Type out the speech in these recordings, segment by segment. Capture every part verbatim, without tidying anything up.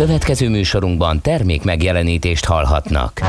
Következő műsorunkban termék megjelenítést hallhatnak.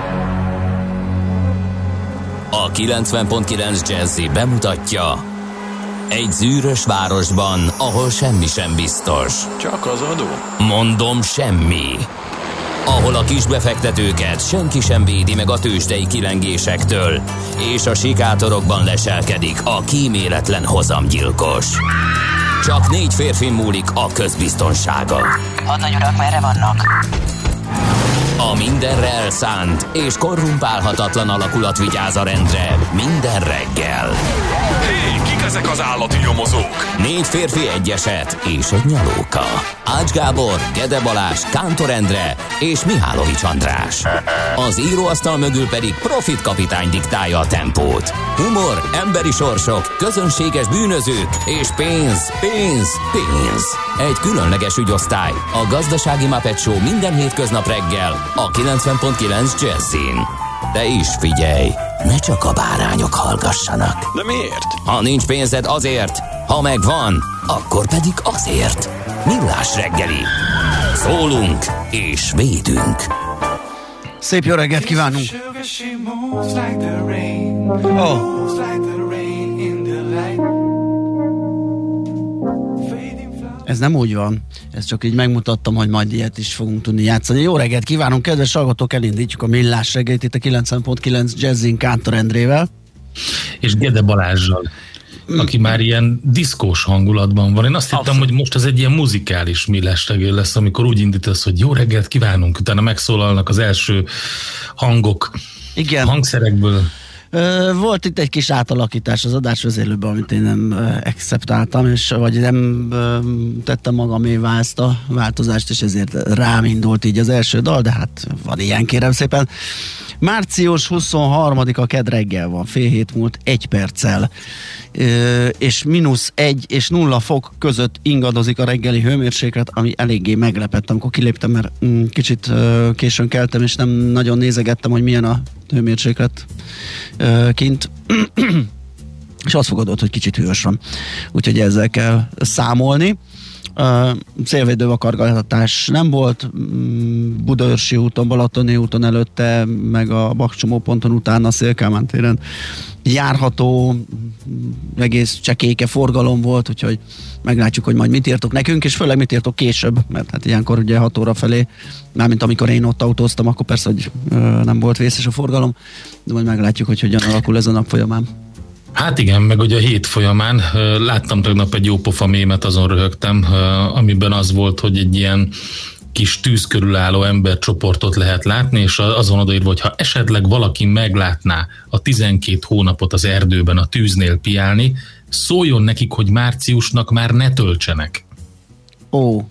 A kilencven pont kilenc Jazzy bemutatja: egy zűrös városban, ahol semmi sem biztos. Csak az adó? Mondom, semmi. Ahol a kisbefektetőket senki sem védi meg a tőzsdei kilengésektől, és a sikátorokban leselkedik a kíméletlen hozamgyilkos. Csak négy férfin múlik a közbiztonsága. Hadnagy urak, merre vannak? A mindenre elszánt és korrumpálhatatlan alakulat vigyáz a rendre minden reggel. Hé, kik ezek az állati nyomozók? Négy férfi, egy eset és egy nyalóka. Ács Gábor, Gede Balázs, Kántor Endre és Mihálovics András. Az íróasztal mögül pedig Profit kapitány diktálja a tempót. Humor, emberi sorsok, közönséges bűnözők és pénz, pénz, pénz. Egy különleges ügyosztály, a Gazdasági Muppet Show minden hétköznap reggel a kilencven pont kilenc Jazzin. De is figyelj, ne csak a bárányok hallgassanak. De miért? Ha nincs pénzed, azért, ha megvan, akkor pedig azért. Millás reggeli. Szólunk és védünk. Szép jó reggelt kívánunk! Oh. Ez nem úgy van, ez csak így megmutattam, hogy majd ilyet is fogunk tudni játszani. Jó reggelt kívánunk, kedves hallgatók, elindítjuk a Millás reggelit itt a kilencven pont kilenc Jazzin Kántor Endrével. És Gede Balázsral, aki mm. már ilyen diszkós hangulatban van. Én azt hittem, hogy most ez egy ilyen muzikális Millás reggel lesz, amikor úgy indítasz, hogy jó reggelt kívánunk, utána megszólalnak az első hangok, igen, hangszerekből. Volt itt egy kis átalakítás az adásvezérlőben, amit én nem acceptáltam, és vagy nem tettem magamévá ezt a változást, és ezért rám indult így az első dal, de hát van ilyen, kérem szépen. március huszonharmadika kedd reggel van, fél hét múlt egy perccel, és mínusz egy és nulla fok között ingadozik a reggeli hőmérséklet, ami eléggé meglepett, amikor kiléptem, mert kicsit későn keltem, és nem nagyon nézegettem, hogy milyen a hőmérséklet kint, és azt fogadott, hogy kicsit hűvös van, úgyhogy ezzel kell számolni. Uh, szélvédővakargatás nem volt, Budaörsi úton, Balatoni úton előtte, meg a Bakcsomó ponton utána a Szél-Kálmán téren járható, egész csekéke forgalom volt, úgyhogy meglátjuk, hogy majd mit írtok nekünk, és főleg mit írtok később, mert hát ilyenkor ugye hat óra felé, mármint amikor én ott autóztam, akkor persze, hogy uh, nem volt vészes a forgalom, de majd meglátjuk, hogy hogyan alakul ez a nap folyamán. Hát igen, meg ugye a hét folyamán láttam tegnap egy jó pofa mémet, azon röhögtem, amiben az volt, hogy egy ilyen kis tűz körül álló embercsoportot lehet látni, és azon odaírva, hogy ha esetleg valaki meglátná a tizenkét hónapot az erdőben a tűznél piálni, szóljon nekik, hogy márciusnak már ne töltsenek. Ó.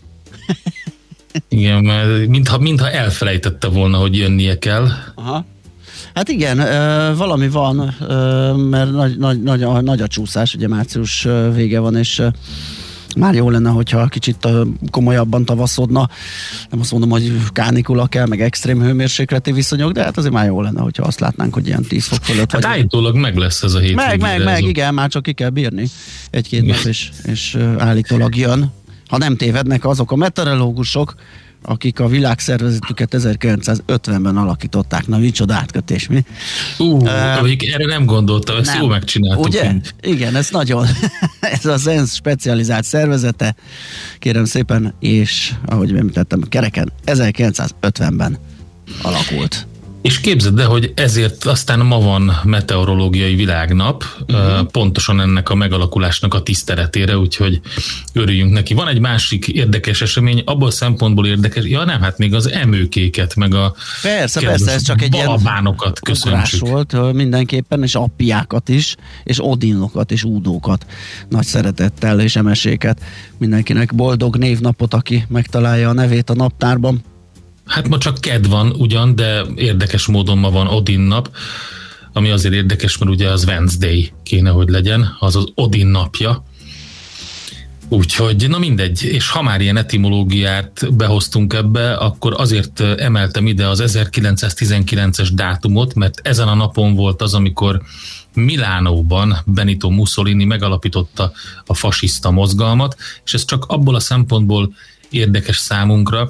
Igen, mert mintha, mintha elfelejtette volna, hogy jönnie kell. Aha. Hát igen, valami van, mert nagy, nagy, nagy, a, nagy a csúszás, ugye március vége van, és már jó lenne, hogyha kicsit komolyabban tavaszodna. Nem azt mondom, hogy kánikula kell, meg extrém hőmérsékleti viszonyok, de hát azért már jó lenne, hogyha azt látnánk, hogy ilyen tíz fok fölött. Hát állítólag meg lesz ez a hét. Meg, meg, meg, igen, már csak ki kell bírni egy-két nap, és, és állítólag jön. Ha nem tévednek azok a meteorológusok, akik a világszervezetüket ezerkilencszázötvenben alakították. Na, micsoda átkötés, mi? Ú, uh, erre nem gondoltam, ezt nem. Jól megcsináltuk. Ugye? Mind. Igen, ez nagyon. Ez az ENSZ specializált szervezete, kérem szépen, és ahogy említettem, kereken ezerkilencszázötvenben alakult. És képzeld el, hogy ezért aztán ma van meteorológiai világnap, uh-huh. pontosan ennek a megalakulásnak a tiszteletére, úgyhogy örüljünk neki. Van egy másik érdekes esemény, abból szempontból érdekes, ja nem, hát még az emőkéket, meg a persze, persze, ez csak egy balabánokat köszöntsük. Volt mindenképpen, és appiákat is, és odinokat, és údókat nagy szeretettel, és emeséket. Mindenkinek boldog névnapot, aki megtalálja a nevét a naptárban. Hát ma csak kedd van ugyan, de érdekes módon ma van Odin nap, ami azért érdekes, mert ugye az Wednesday kéne, hogy legyen, az az Odin napja. Úgyhogy, na mindegy, és ha már ilyen etimológiát behoztunk ebbe, akkor azért emeltem ide az ezerkilencszáztizenkilences dátumot, mert ezen a napon volt az, amikor Milánóban Benito Mussolini megalapította a fasiszta mozgalmat, és ez csak abból a szempontból érdekes számunkra,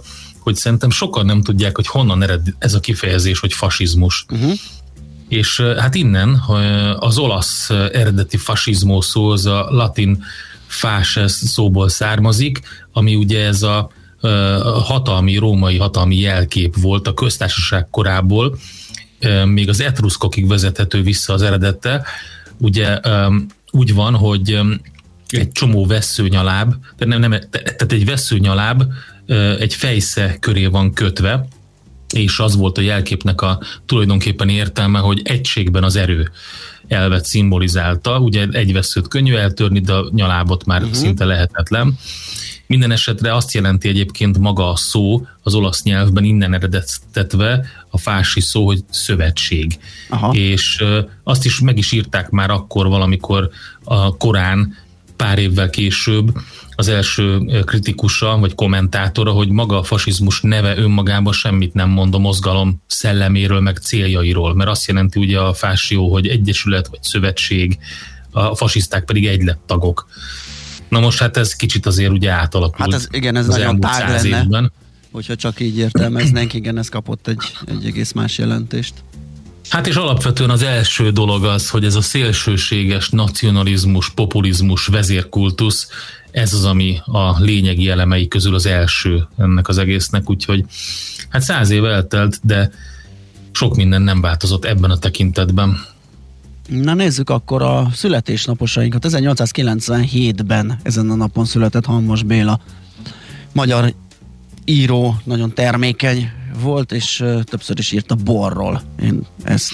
hogy szerintem sokan nem tudják, hogy honnan ered ez a kifejezés, hogy fasizmus. Uh-huh. És hát innen az olasz eredeti fasizmó szó, az a latin fasces szóból származik, ami ugye ez a hatalmi, római hatalmi jelkép volt a köztársaság korából, még az etruszkokig vezethető vissza az eredete. Ugye úgy van, hogy egy csomó vesszőnyaláb, nem, nem, tehát egy vesszőnyaláb egy fejsze köré van kötve, és az volt a jelképnek a tulajdonképpen értelme, hogy egységben az erő elvet szimbolizálta. Ugye egy vesszőt könnyű eltörni, de a nyalábot már uh-huh. szinte lehetetlen. Minden esetre azt jelenti egyébként maga a szó az olasz nyelvben innen eredettetve a fási szó, hogy szövetség. Aha. És azt is meg is írták már akkor valamikor a Korán pár évvel később az első kritikusa vagy kommentátora, hogy maga a fasizmus neve önmagában semmit nem mond a mozgalom szelleméről meg céljairól, mert azt jelenti ugye a fásió, hogy egyesület vagy szövetség, a fasiszták pedig egylettagok. Na most hát ez kicsit azért ugye átalakult. Hát ez, igen, ez nagyon tág lenne, évben. Hogyha csak így értelmeznénk, igen, ez kapott egy, egy egész más jelentést. Hát és alapvetően az első dolog az, hogy ez a szélsőséges nacionalizmus, populizmus, vezérkultusz, ez az, ami a lényegi elemei közül az első ennek az egésznek, úgyhogy hát száz év eltelt, de sok minden nem változott ebben a tekintetben. Na nézzük akkor a születésnaposainkat. ezernyolcszázkilencvenhétben ezen a napon született Halmos Béla, magyar író, nagyon termékeny volt, és uh, többször is írt a borról. Én ezt...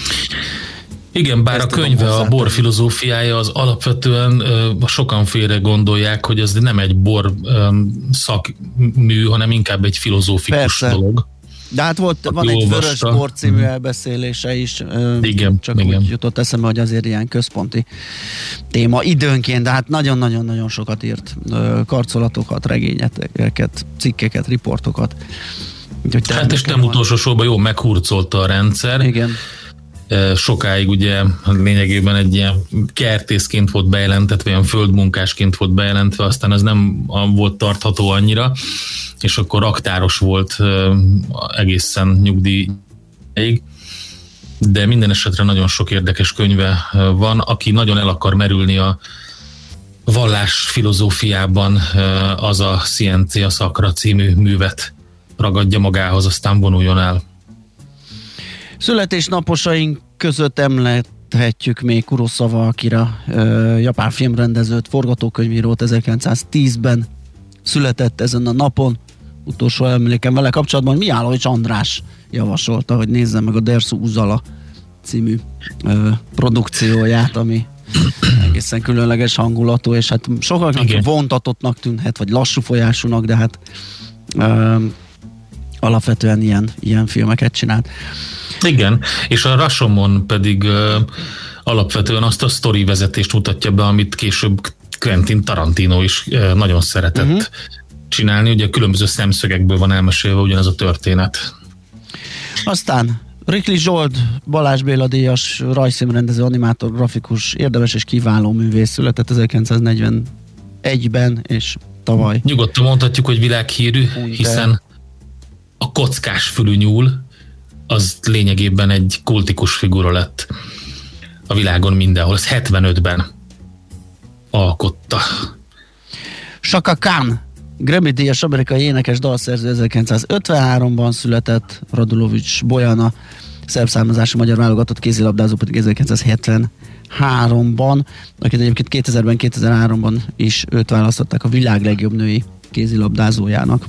Igen, bár a könyve, a bor filozófiája az alapvetően uh, sokan félre gondolják, hogy ez nem egy bor um, szakmű, hanem inkább egy filozófikus Persze. dolog. De hát volt, van egy Vörös Bor című elbeszélése is, igen, csak igen. úgy jutott eszembe, hogy azért ilyen központi téma időnként, de hát nagyon-nagyon-nagyon sokat írt, karcolatokat, regényeket, cikkeket, riportokat. Úgyhogy hát és nem van. Utolsó sorban jól meghurcolta a rendszer. Igen. Sokáig ugye lényegében egy ilyen kertészként volt bejelentve, olyan földmunkásként volt bejelentve, aztán ez nem volt tartható annyira, és akkor raktáros volt egészen nyugdíjig, de minden esetre nagyon sok érdekes könyve van. Aki nagyon el akar merülni a vallás filozófiában, az a Scientia Sacra című művet ragadja magához, aztán vonuljon el. Születésnaposaink között említhetjük még Kurosawa Akira, japán filmrendezőt, forgatókönyvírót, ezerkilencszáztízben született ezen a napon. Utolsó emlékem vele kapcsolatban, hogy Mihálovics András javasolta, hogy nézzem meg a Dersu Uzala című ö, produkcióját, ami egészen különleges hangulatú, és hát sokaknak vontatottnak tűnhet, vagy lassú folyásúnak, de hát ö, alapvetően ilyen, ilyen filmeket csinált. Igen, és a Rashomon pedig ö, alapvetően azt a sztori vezetést mutatja be, amit később Quentin Tarantino is ö, nagyon szeretett uh-huh. csinálni, ugye különböző szemszögekből van elmesélve ugyanaz a történet. Aztán Rikli Zsolt, Balázs Béla díjas rajzfilmrendező, animátor, grafikus, érdemes és kiváló művész, született ezerkilencszáznegyvenegyben, és tavaly. Nyugodtan mondhatjuk, hogy világhírű, hiszen a kockás fülű nyúl az lényegében egy kultikus figura lett a világon mindenhol. Ez hetvenötben alkotta. Chaka Khan, Grammy-díjas amerikai énekes, dalszerző, ezerkilencszázötvenháromban született. Radulovics Bojana, szerb származású magyar válogatott kézilabdázó pedig ezerkilencszázhetvenháromban, akit egyébként kétezerben, kétezer-háromban is őt választották a világ legjobb női kézilabdázójának.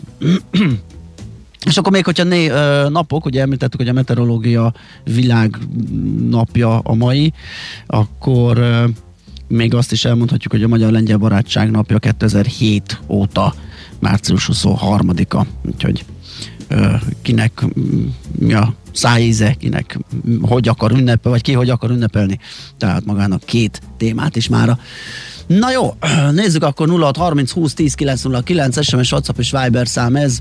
És akkor még, hogyha né, napok, ugye említettük, hogy a meteorológia világnapja a mai, akkor még azt is elmondhatjuk, hogy a Magyar-Lengyel Barátság napja kétezer-hét óta március huszonharmadika, úgyhogy kinek mi a szájíze, kinek hogy akar ünnepelni, vagy ki hogy akar ünnepelni, tehát magának két témát is mára. Na jó, nézzük akkor nulla hat harminc húsz tíz kilenc nulla kilenc es em es, WhatsApp és Viber szám ez.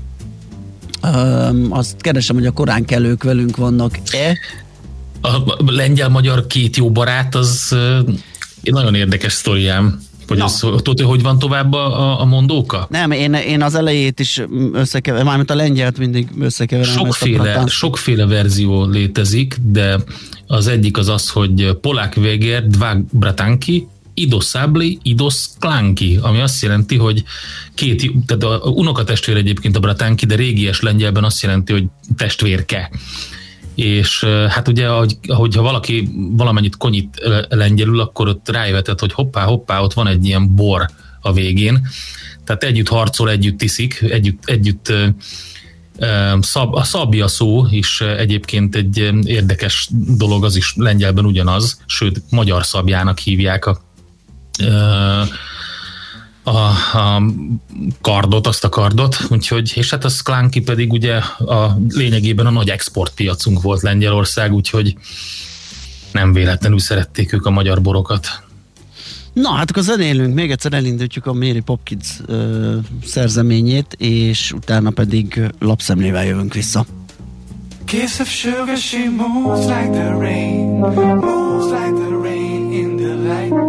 Um, azt keresem, hogy a korán kelők velünk vannak-e? A lengyel-magyar két jó barát, az uh, egy nagyon érdekes sztoriám. Vagy Na. az, tudod, hogy van tovább a, a mondóka? Nem, én, én az elejét is összekeverem, mármint a lengyelt mindig összekeverem. Sokféle, sokféle verzió létezik, de az egyik az az, hogy Polák Weger, Dwa Bratanki, Ido Szabli, Ido Sklanki, ami azt jelenti, hogy két, tehát a unokatestvér egyébként a Bratanki, de régies lengyelben azt jelenti, hogy testvérke. És hát ugye, ahogy, ahogyha valaki valamennyit konyít lengyelül, akkor ott rájövetett, hogy hoppá, hoppá, ott van egy ilyen bor a végén. Tehát együtt harcol, együtt iszik, együtt, együtt szab, a szabja szó is egyébként egy érdekes dolog, az is lengyelben ugyanaz, sőt, magyar szabjának hívják a A, a kardot, azt a kardot, úgyhogy, és hát a Sklanki pedig ugye a lényegében a nagy exportpiacunk volt Lengyelország, úgyhogy nem véletlenül szerették ők a magyar borokat. Na, hát akkor zenélünk, még egyszer elindítjuk a Mary Poppins ö, szerzeményét, és utána pedig lapszemlével jövünk vissza. Kiss of sugar, she moves like the rain, moves like the rain in the light.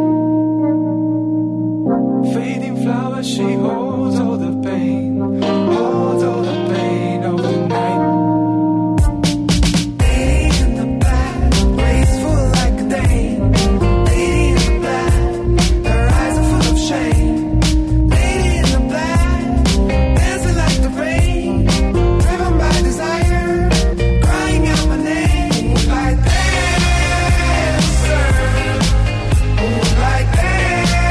Fading flowers, she holds all the pain, holds all the pain of the night. Lady in the black, graceful like a dame. Lady in the black, her eyes are full of shame. Lady in the black, dancing like the rain, driven by desire, crying out my name. Like dancer, like dancer.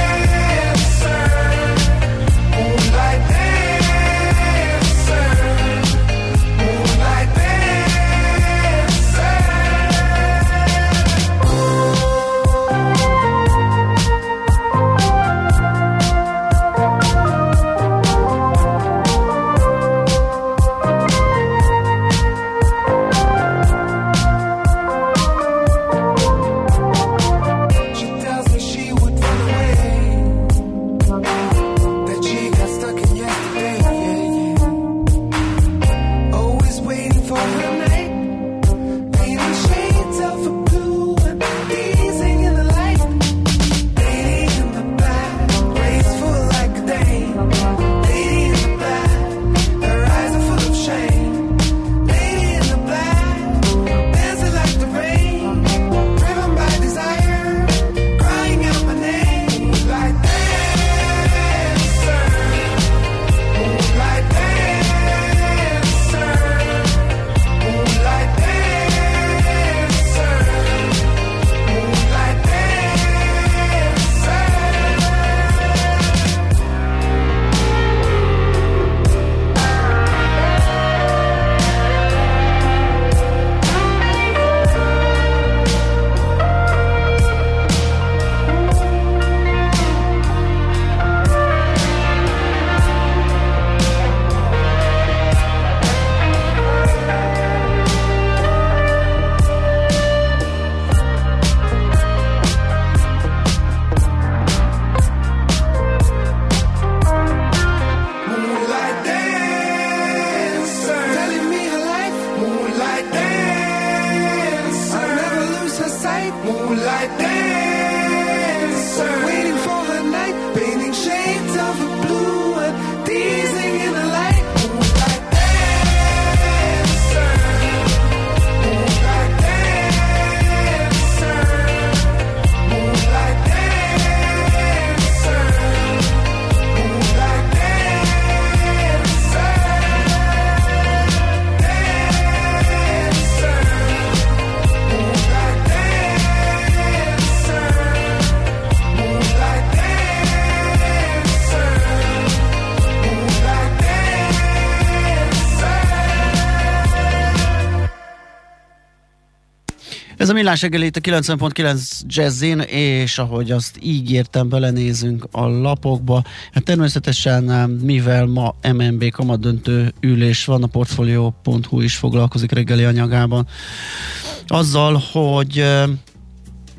Ez a Millás reggeli itt a kilencven pont kilenc Jazzin, és ahogy azt ígértem, belenézünk a lapokba. Hát természetesen, mivel ma em en bé kamatdöntő ülés van, a portfolio pont hu is foglalkozik reggeli anyagában azzal, hogy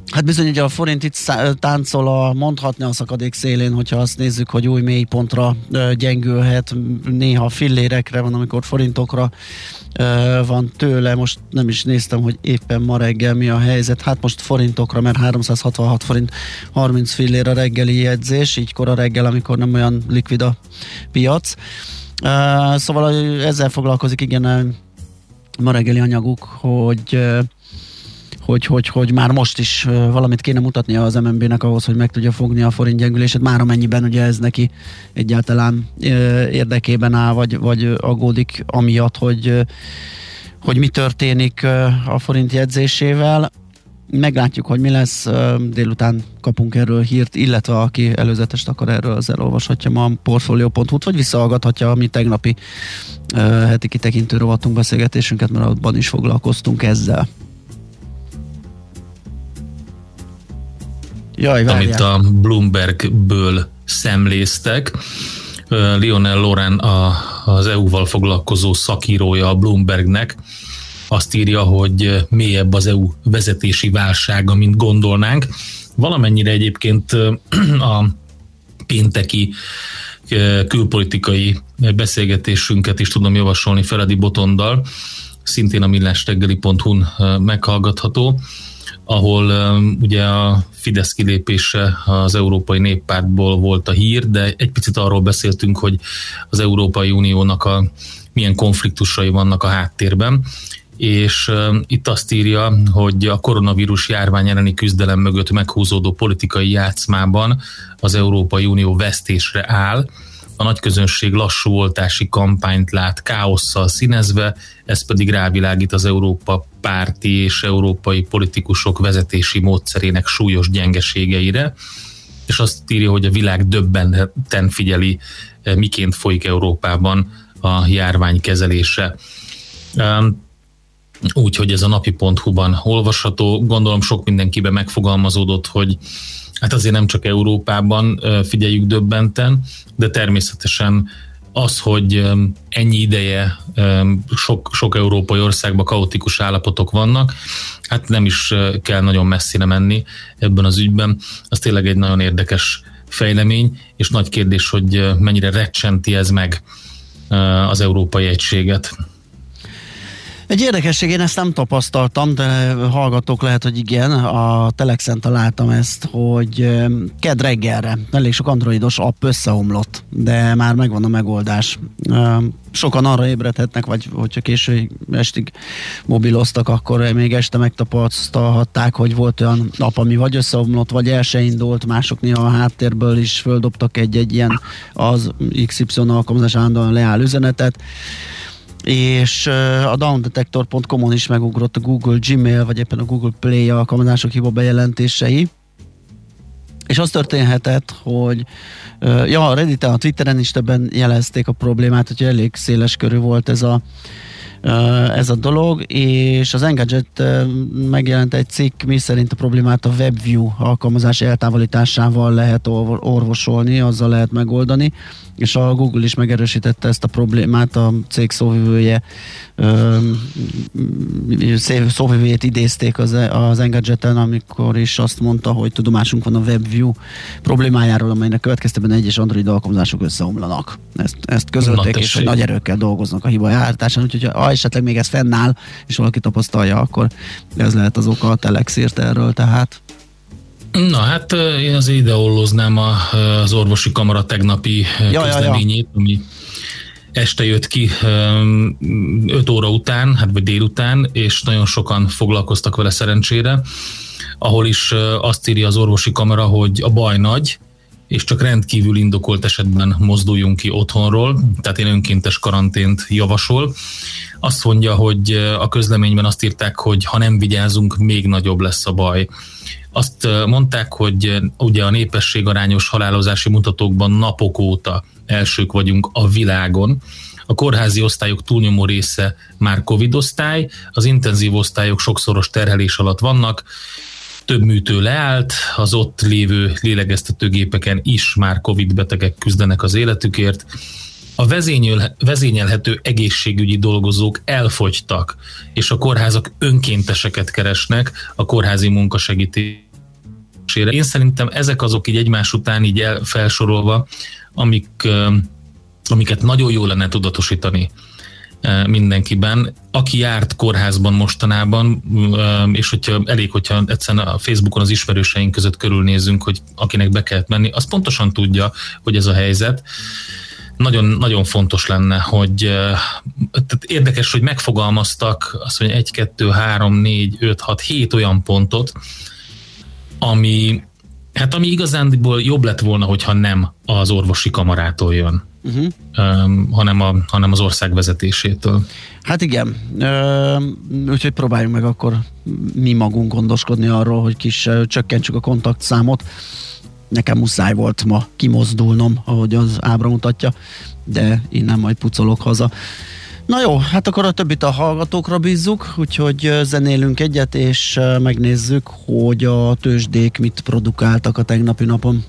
Hát bizony, ugye a forint itt szá- táncol a mondhatni a szakadék szélén, hogyha azt nézzük, hogy új mélypontra ö, gyengülhet, néha fillérekre van, amikor forintokra ö, van tőle. Most nem is néztem, hogy éppen ma reggel mi a helyzet. Hát most forintokra, mert háromszázhatvanhat forint harminc fillér a reggeli jegyzés, így kora reggel, amikor nem olyan likvid a piac. Ö, szóval ezzel foglalkozik igen a ma reggeli anyaguk, hogy ö, Hogy, hogy, hogy már most is valamit kéne mutatnia az em en bé-nek ahhoz, hogy meg tudja fogni a forint gyengülését, már amennyiben ugye ez neki egyáltalán érdekében áll, vagy, vagy aggódik amiatt, hogy, hogy mi történik a forint jegyzésével. Meglátjuk, hogy mi lesz, délután kapunk erről hírt, illetve aki előzetest akar erről, az elolvashatja ma a portfolio pont hu-t, vagy visszahallgathatja a mi tegnapi heti kitekintő rovatunk beszélgetésünket, mert abban is foglalkoztunk ezzel. Jaj, amit a Bloombergből szemléztek. Lionel Loren, a, az é u-val foglalkozó szakírója a Bloombergnek azt írja, hogy mélyebb az é u vezetési válsága, mint gondolnánk. Valamennyire egyébként a pénteki külpolitikai beszélgetésünket is tudom javasolni Feledi Botondal, szintén a millásreggeli pont hu-n meghallgatható, ahol um, ugye a Fidesz kilépése az Európai Néppártból volt a hír, de egy picit arról beszéltünk, hogy az Európai Uniónak a milyen konfliktusai vannak a háttérben, és um, itt azt írja, hogy a koronavírus járvány elleni küzdelem mögött meghúzódó politikai játszmában az Európai Unió vesztésre áll, a nagyközönség lassú oltási kampányt lát káosszal színezve, ez pedig rávilágít az Európa párti és európai politikusok vezetési módszerének súlyos gyengeségeire, és azt írja, hogy a világ döbbenten figyeli, miként folyik Európában a járvány kezelése. Úgyhogy ez a napi pont hu-ban olvasható. Gondolom sok mindenkiben megfogalmazódott, hogy hát azért nem csak Európában figyeljük döbbenten, de természetesen az, hogy ennyi ideje sok, sok európai országban kaotikus állapotok vannak, hát nem is kell nagyon messzire menni ebben az ügyben. Az tényleg egy nagyon érdekes fejlemény, és nagy kérdés, hogy mennyire recsenti ez meg az európai egységet. Egy érdekesség, én ezt nem tapasztaltam, de hallgatók lehet, hogy igen, a Telexen találtam ezt, hogy kedd reggelre elég sok androidos app összeomlott, de már megvan a megoldás. Sokan arra ébredhetnek, vagy hogyha késő estig mobiloztak, akkor még este megtapasztalhatták, hogy volt olyan app, ami vagy összeomlott, vagy el se indult, mások néha a háttérből is földobtak egy-egy ilyen az iksz ipszilon alkalmazás állandóan leáll üzenetet, és a downdetector pont com-on is megugrott a Google Gmail, vagy éppen a Google Play alkalmazások hiba bejelentései. És az történhetett, hogy ja, a Redditen, a Twitteren is többen jelezték a problémát, hogy elég széles körű volt ez a ez a dolog, és az Engadget megjelent egy cikk, mi szerint a problémát a WebView alkalmazás eltávolításával lehet orvosolni, azzal lehet megoldani, és a Google is megerősítette ezt a problémát, a cég szóvivője szóvivőjét idézték az, az Engadgeten, amikor is azt mondta, hogy tudomásunk van a WebView problémájáról, amelynek következtében egyes Android alkalmazások összeomlanak. Ezt, ezt közölték, és hogy nagy erőkkel dolgoznak a hiba jártásán, úgyhogy ha esetleg még ez fennáll, és valaki tapasztalja, akkor ez lehet az oka, a Telex írt erről, tehát. Na hát én azért ideolloznám az orvosi kamara tegnapi ja, közleményét, ja, ja. ami este jött ki öt óra után, hát vagy délután, és nagyon sokan foglalkoztak vele szerencsére, ahol is azt írja az orvosi kamara, hogy a baj nagy, és csak rendkívül indokolt esetben mozduljunk ki otthonról, tehát én önkéntes karantént javasol. Azt mondja, hogy a közleményben azt írták, hogy ha nem vigyázunk, még nagyobb lesz a baj. Azt mondták, hogy ugye a népességarányos halálozási mutatókban napok óta elsők vagyunk a világon. A kórházi osztályok túlnyomó része már Covid osztály, az intenzív osztályok sokszoros terhelés alatt vannak, több műtő leállt, az ott lévő lélegeztetőgépeken is már Covid betegek küzdenek az életükért. A vezényel, vezényelhető egészségügyi dolgozók elfogytak, és a kórházak önkénteseket keresnek a kórházi munkasegítés esélyre. Én szerintem ezek azok így egymás után így el, felsorolva, amik, amiket nagyon jó lenne tudatosítani mindenkiben. Aki járt kórházban mostanában, és hogyha elég, hogyha egyszerűen a Facebookon az ismerőseink között körülnézünk, hogy akinek be kellett menni, az pontosan tudja, hogy ez a helyzet. Nagyon, nagyon fontos lenne, hogy tehát érdekes, hogy megfogalmaztak azt mondja egy, kettő, három, négy, öt, hat, hét olyan pontot, ami, hát ami igazándiból jobb lett volna, hogyha nem az orvosi kamarától jön, uh-huh. um, hanem, a, hanem az ország vezetésétől. Hát igen, Ö, úgyhogy próbáljunk meg akkor mi magunk gondoskodni arról, hogy kis csökkentsük a kontaktszámot. Nekem muszáj volt ma kimozdulnom, ahogy az ábra mutatja, de innen majd pucolok haza. Na jó, hát akkor a többit a hallgatókra bízzuk, úgyhogy zenélünk egyet, és megnézzük, hogy a tőzsdék mit produkáltak a tegnapi napon.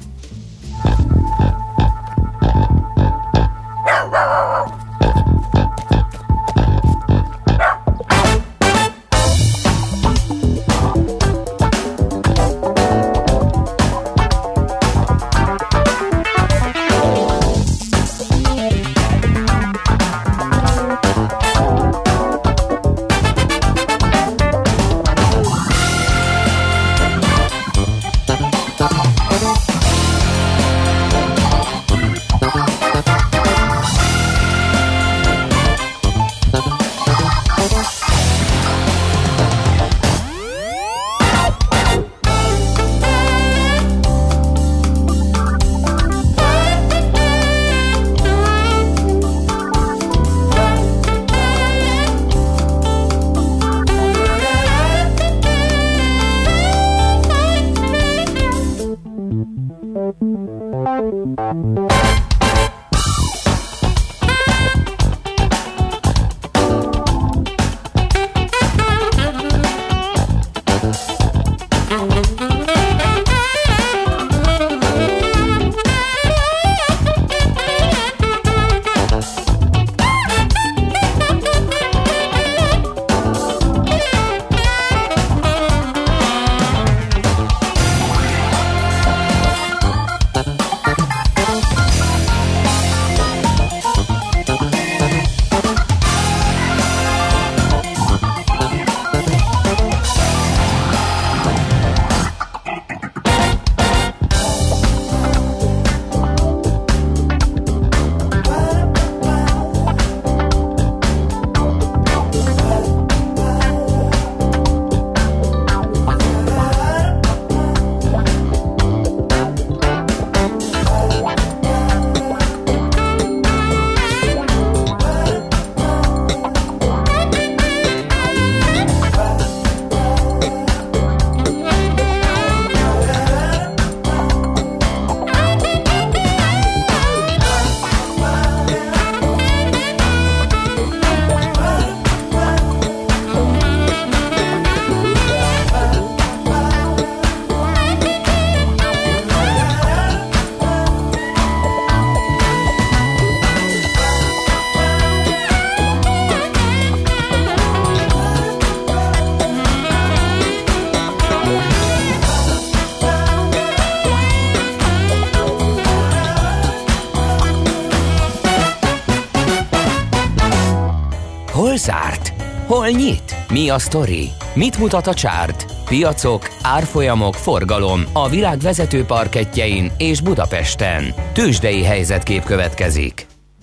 Zárt? Hol nyit? Mi a sztori? Mit mutat a csárt? Piacok, árfolyamok, forgalom a világ vezető parkettjein és Budapesten. Tőzsdei helyzetkép következik.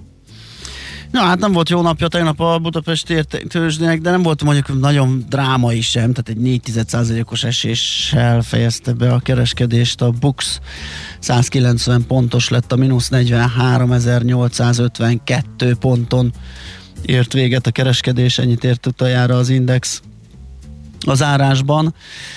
Na hát nem volt jó napja tegnap a budapesti tőzsdének, de nem volt mondjuk nagyon drámai sem, tehát egy négy egész egy százalékos eséssel fejezte be a kereskedést. A Bux száz kilencven pontos lett, a mínusz negyvenháromezer-nyolcszázötvenkettő ponton ért véget a kereskedés, ennyit ért utoljára az Index az árásban,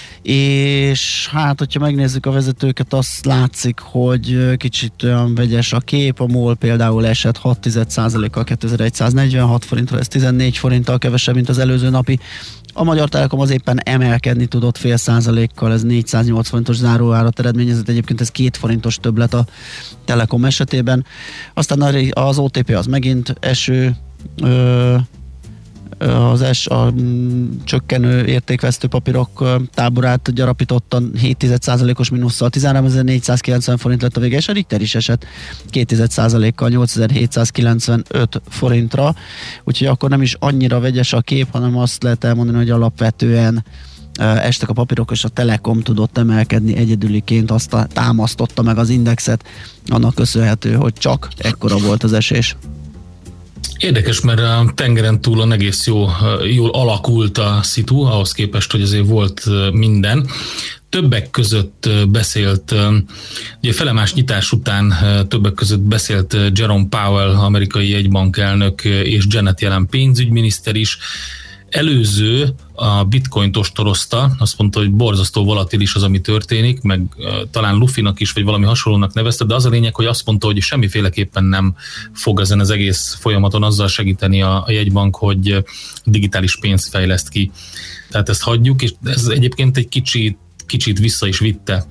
és hát, hogyha megnézzük a vezetőket, azt látszik, hogy kicsit olyan vegyes a kép. A MOL például esett hat egész százalékkal kétezer-egysszáznegyvenhat forintról, ez tizennégy forinttal kevesebb, mint az előző napi. A Magyar Telekom az éppen emelkedni tudott fél százalékkal, ez négyszáznyolc forintos záróárat eredményezett, egyébként ez két forintos többlet a Telekom esetében. Aztán az o té pé az megint eső, ö, az es, a mm, csökkenő értékvesztő papírok táborát gyarapította hét egész egy százalékos mínusszal, tizenháromezer-négyszázkilencven forint lett a vége, és a Richter is esett két egész egy százalékkal nyolcezer-hétszázkilencvenöt forintra, úgyhogy akkor nem is annyira vegyes a kép, hanem azt lehet elmondani, hogy alapvetően estek a papírok, és a Telekom tudott emelkedni egyedüliként, azt a, támasztotta meg az indexet, annak köszönhető, hogy csak ekkora volt az esés. Érdekes, mert a tengeren túlon egész jó, jól alakult a szitu, ahhoz képest, hogy azért volt minden. Többek között beszélt, ugye felemás nyitás után többek között beszélt Jerome Powell, amerikai jegybankelnök, és Janet Yellen pénzügyminiszter is. Előző a bitcoint ostorozta, azt mondta, hogy borzasztó volatilis az, ami történik, meg uh, talán Luffynak is, vagy valami hasonlónak nevezte, de az a lényeg, hogy azt mondta, hogy semmiféleképpen nem fog ezen az egész folyamaton azzal segíteni a, a jegybank, hogy digitális pénzt fejleszt ki. Tehát ezt hagyjuk, és ez egyébként egy kicsit, kicsit vissza is vitte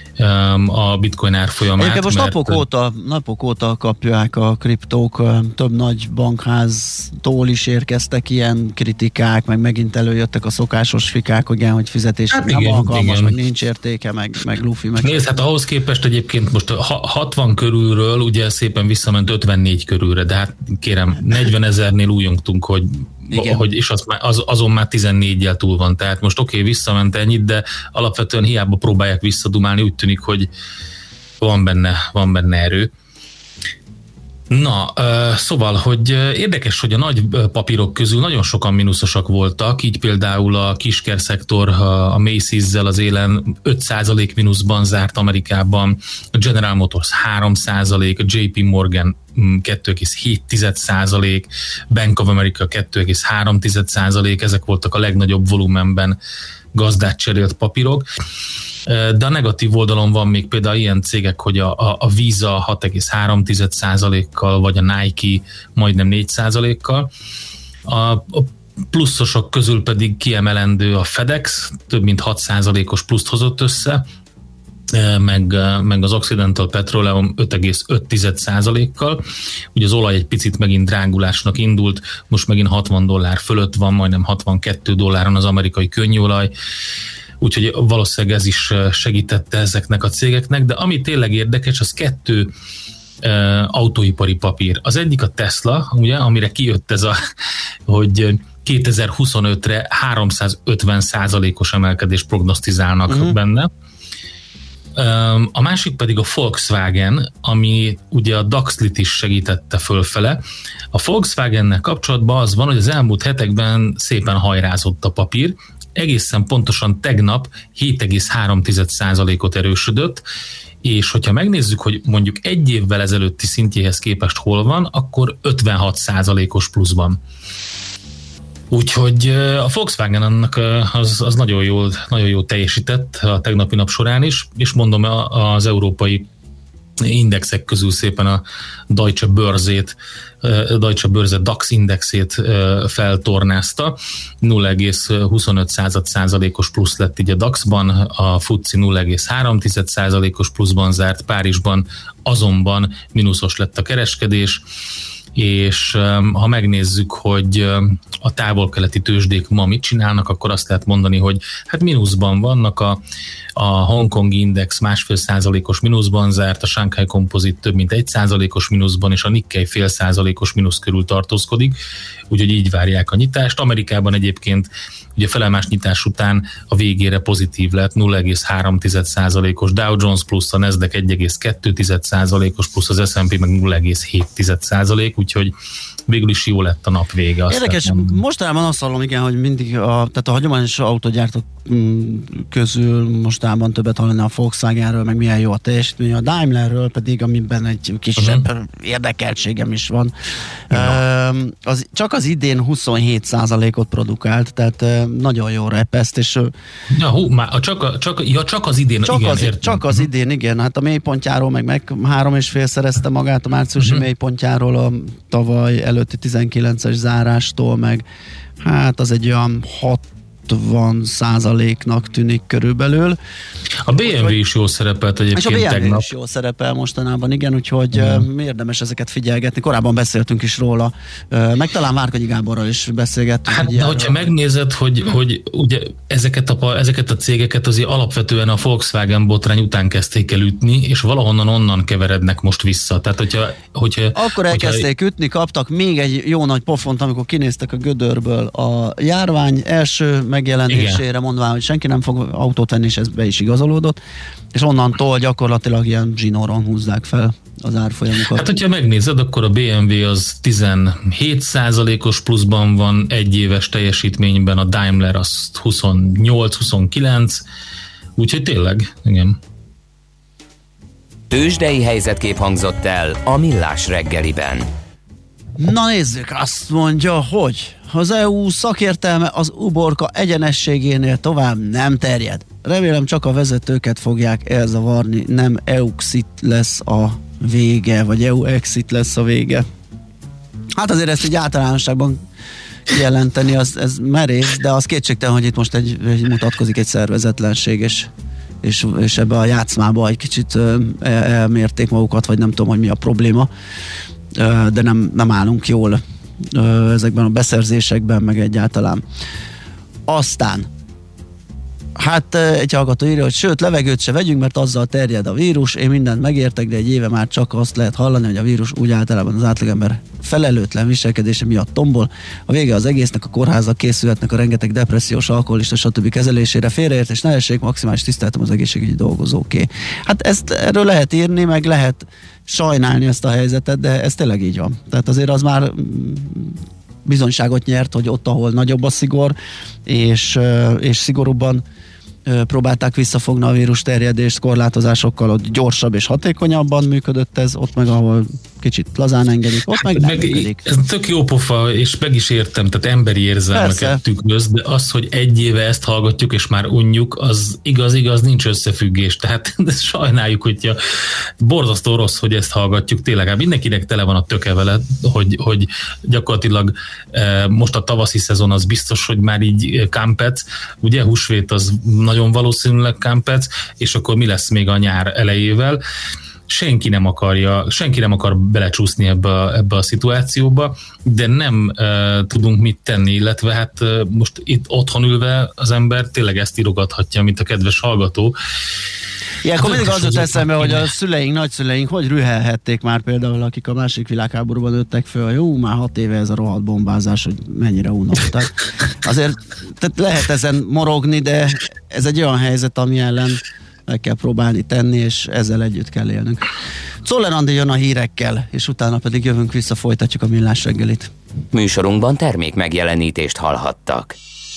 a bitcoin árfolyamát. Egyébként most mert... napok óta, napok óta kapják a kriptók, több nagy bankháztól is érkeztek ilyen kritikák, meg megint előjöttek a szokásos fikák, hogy igen, hogy fizetés hát nem igen, alkalmas, igen. Meg nincs értéke, meg, meg lufi. Meg... Nézd, hát ahhoz képest egyébként most hatvan körülről ugye szépen visszament ötvennégy körülre, de hát kérem, negyvenezernél újongtunk, hogy igen. Hogy, és az, az, azon már tizennégyel túl van, tehát most oké, okay, visszament ennyit, de alapvetően hiába próbálják visszadumálni, úgy tűnik, hogy van benne, van benne erő. Na, szóval, hogy érdekes, hogy a nagy papírok közül nagyon sokan mínuszosak voltak, így például a kisker szektor a Macy's-zel az élen öt százalék mínuszban zárt Amerikában, a General Motors három százalék, a jé pé Morgan kettő egész hét százalék, Bank of America kettő egész három százalék, ezek voltak a legnagyobb volumenben gazdát cserélt papírok. De a negatív oldalon van még például ilyen cégek, hogy a, a, a Visa hat egész három százalékkal, vagy a Nike majdnem négy százalékkal. A, a pluszosok közül pedig kiemelendő a FedEx, több mint hat százalékos pluszt hozott össze, meg, meg az Occidental Petroleum öt egész öt százalékkal. Ugye az olaj egy picit megint drágulásnak indult, most megint hatvan dollár fölött van, majdnem hatvankettő dolláron az amerikai könnyűolaj. Úgyhogy valószínűleg ez is segítette ezeknek a cégeknek, de ami tényleg érdekes, az kettő e, autóipari papír. Az egyik a Tesla, ugye, amire kijött ez a, hogy kétezer-huszonötre háromszázötven százalékos emelkedést prognosztizálnak uh-huh. benne. A másik pedig a Volkswagen, ami ugye a Daxlit is segítette fölfele. A Volkswagennel kapcsolatban az van, hogy az elmúlt hetekben szépen hajrázott a papír, egészen pontosan tegnap hét egész három százalékot erősödött, és hogyha megnézzük, hogy mondjuk egy évvel ezelőtti szintjéhez képest hol van, akkor ötvenhat százalékos pluszban. Úgyhogy a Volkswagen annak az, az nagyon jól, nagyon jól teljesített a tegnapi nap során is, és mondom, az európai indexek közül szépen a Deutsche Börsét, Deutsche Börse DAX indexét feltornázta. nulla egész huszonöt százalékos plusz lett így a DAX-ban, a FTSE nulla egész három százalékos pluszban zárt, Párizsban azonban mínuszos lett a kereskedés, és ha megnézzük, hogy a távol-keleti tőzsdék ma mit csinálnak, akkor azt lehet mondani, hogy hát mínuszban vannak, a, a Hongkongi Index másfél százalékos mínuszban zárt, a Shanghai Composite több mint egy százalékos mínuszban, és a Nikkei fél százalékos mínusz körül tartózkodik, úgyhogy így várják a nyitást. Amerikában egyébként ugye felemás nyitás után a végére pozitív lett, nulla egész három százalékos Dow Jones plusz, a Nasdaq egy egész kettő százalékos plusz, az es and pé meg nulla egész hét százalék, úgyhogy végül is jó lett a nap vége. Érdekes, mostában azt hallom, igen, hogy mindig a, tehát a hagyományos autógyártók közül mostában többet hallani a Volkswagenről, meg milyen jó a teljesítmény, a Daimlerről pedig, amiben egy kisebb uh-huh. érdekeltségem is van. Uh, az, csak az idén huszonhét százalékot produkált, tehát uh, nagyon jó repeszt, és ja, hú, már, csak, csak, ja, csak az idén, csak igen, az, értem. Csak az idén, igen, hát a mélypontjáról meg, meg három és fél szerezte magát a márciusi uh-huh. mélypontjáról a tavaly előtti tizenkilences zárástól, meg hát az egy olyan hat hatvan százaléknak tűnik körülbelül. A bé em vé is jól szerepelt egyébként tegnap. És a bé em vé tegnap. is jól szerepel mostanában, igen, úgyhogy mm. érdemes ezeket figyelgetni. Korábban beszéltünk is róla, meg talán Várkonyi Gáborral is beszélgettünk. Hát, de hogyha megnézed, hogy, hmm. hogy ugye ezeket a, ezeket a cégeket azért alapvetően a Volkswagen botrány után kezdték el ütni, és valahonnan onnan keverednek most vissza. Tehát, hogyha, hogyha, Akkor elkezdték hogyha... ütni, kaptak még egy jó nagy pofont, amikor kinéztek a gödörből a járvány első megjelenésére, igen. mondván, hogy senki nem fog autót venni, és ez be is igazolódott, és onnantól gyakorlatilag ilyen zsinóron húzzák fel az árfolyamokat. Hát, hogyha megnézed, akkor a bé em vé az tizenhét százalékos pluszban van egy éves teljesítményben, a Daimler az huszonnyolc-huszonkilenc, úgyhogy tényleg, igen. Tőzsdei helyzetkép hangzott el a Millás reggeliben. Na nézzük, azt mondja, hogy az é u szakértelme az uborka egyenességénél tovább nem terjed. Remélem csak a vezetőket fogják elzavarni, nem Euxit lesz a vége, vagy é u exit lesz a vége. Hát azért ezt így általánosságban jelenteni, az, ez merész, de az kétségtelen, hogy itt most egy, egy mutatkozik egy szervezetlenség, és, és, és ebbe a játszmába egy kicsit el, elmérték magukat, vagy nem tudom, hogy mi a probléma, de nem, nem állunk jól ezekben a beszerzésekben, meg egyáltalán. Aztán hát egy hallgató írja, hogy sőt, levegőt se vegyünk, mert azzal terjed a vírus. Én mindent megértek, de egy éve már csak azt lehet hallani, hogy a vírus úgy általában az átlagember felelőtlen viselkedése miatt tombol. A vége az egésznek, a kórházak készülhetnek a rengeteg depressziós, alkoholista, stb. Kezelésére. Félreértés ne essék, maximális tiszteletem az egészségügyi dolgozóké. Hát ezt erről lehet írni, meg lehet sajnálni ezt a helyzetet, de ez tényleg így van. Tehát azért az már bizonyságot nyert, hogy ott, ahol nagyobb a szigor, és, és szigorúbban próbálták visszafogni a vírus terjedést korlátozásokkal, ott gyorsabb és hatékonyabban működött ez, ott meg ahol kicsit lazán engedik, ott meg nem meg működik. Ez tök jó pofa, és meg is értem, tehát emberi érzelmeket tükröz, de az, hogy egy éve ezt hallgatjuk, és már unjuk, az igaz-igaz, nincs összefüggés, tehát sajnáljuk, hogyha borzasztó rossz, hogy ezt hallgatjuk, tényleg, hát mindenkinek tele van a töke vele, hogy, hogy gyakorlatilag most a tavaszi szezon az biztos, hogy már így kámpec, ugye húsvét az nagyon valószínűleg kámpec, és akkor mi lesz még a nyár elejével. Senki nem akarja, senki nem akar belecsúszni ebbe a, ebbe a szituációba, de nem uh, tudunk mit tenni, illetve hát uh, most itt otthon ülve az ember tényleg ezt írogathatja, mint a kedves hallgató. Ilyenkor hát mindig az jut eszembe, hogy a szüleink, nagyszüleink hogy rühelhették már például, akik a második világháborúban nőttek föl, jó, már hat éve ez a rohadt bombázás, hogy mennyire unottak. Azért tehát lehet ezen morogni, de ez egy olyan helyzet, ami ellen meg kell próbálni tenni, és ezzel együtt kell élnünk. Czoller Andi jön a hírekkel, és utána pedig jövünk vissza, folytatjuk a Millás reggelit. Műsorunkban termék megjelenítést hallhattak.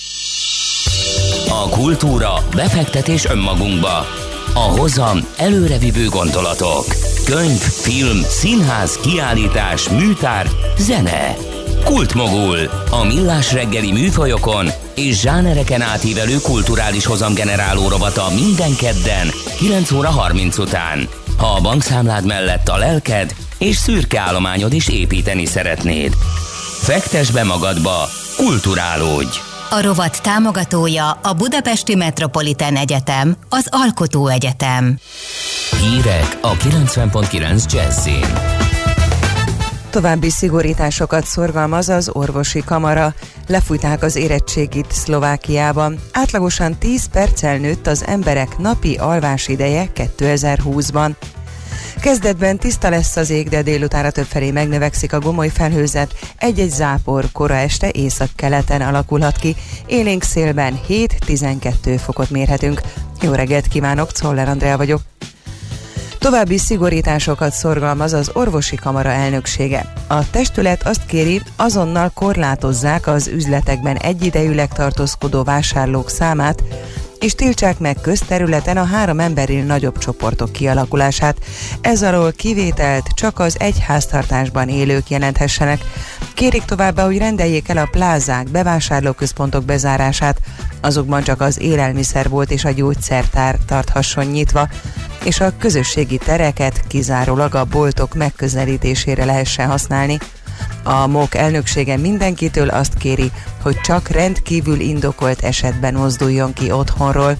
A kultúra, befektetés önmagunkba. A hozam előrevívő gondolatok. Könyv, film, színház, kiállítás, műtár, zene. Kultmogul. A Millás reggeli műfajokon és zsánereken átívelő kulturális hozamgeneráló rovata minden kedden kilenc óra harminc után. Ha a bankszámlád mellett a lelked és szürke állományod is építeni szeretnéd. Fektess be magadba, kulturálódj! A rovat támogatója a Budapesti Metropolitán Egyetem, az Alkotó Egyetem. Hírek a kilencven pont kilenc Jazzin. További szigorításokat szorgalmaz az orvosi kamara. Lefújták az érettségit Szlovákiában. Átlagosan tíz perccel nőtt az emberek napi alvásideje kétezer-húszban. Kezdetben tiszta lesz az ég, de délutánra többfelé megnövekszik a gomoly felhőzet. Egy-egy zápor kora este északkeleten alakulhat ki. Élénk szélben hét-tizenkettő fokot mérhetünk. Jó reggelt kívánok, Czoller Andrea vagyok. További szigorításokat szorgalmaz az orvosi kamara elnöksége. A testület azt kéri, azonnal korlátozzák az üzletekben egyidejűleg tartózkodó vásárlók számát, és tiltsák meg közterületen a három embernél nagyobb csoportok kialakulását. Ez alól kivételt csak az egy háztartásban élők jelenthessenek. Kérik továbbá, hogy rendeljék el a plázák, bevásárlóközpontok bezárását, azokban csak az élelmiszerbolt és a gyógyszertár tarthasson nyitva, és a közösségi tereket kizárólag a boltok megközelítésére lehessen használni. A MOK elnöksége mindenkitől azt kéri, hogy csak rendkívül indokolt esetben mozduljon ki otthonról.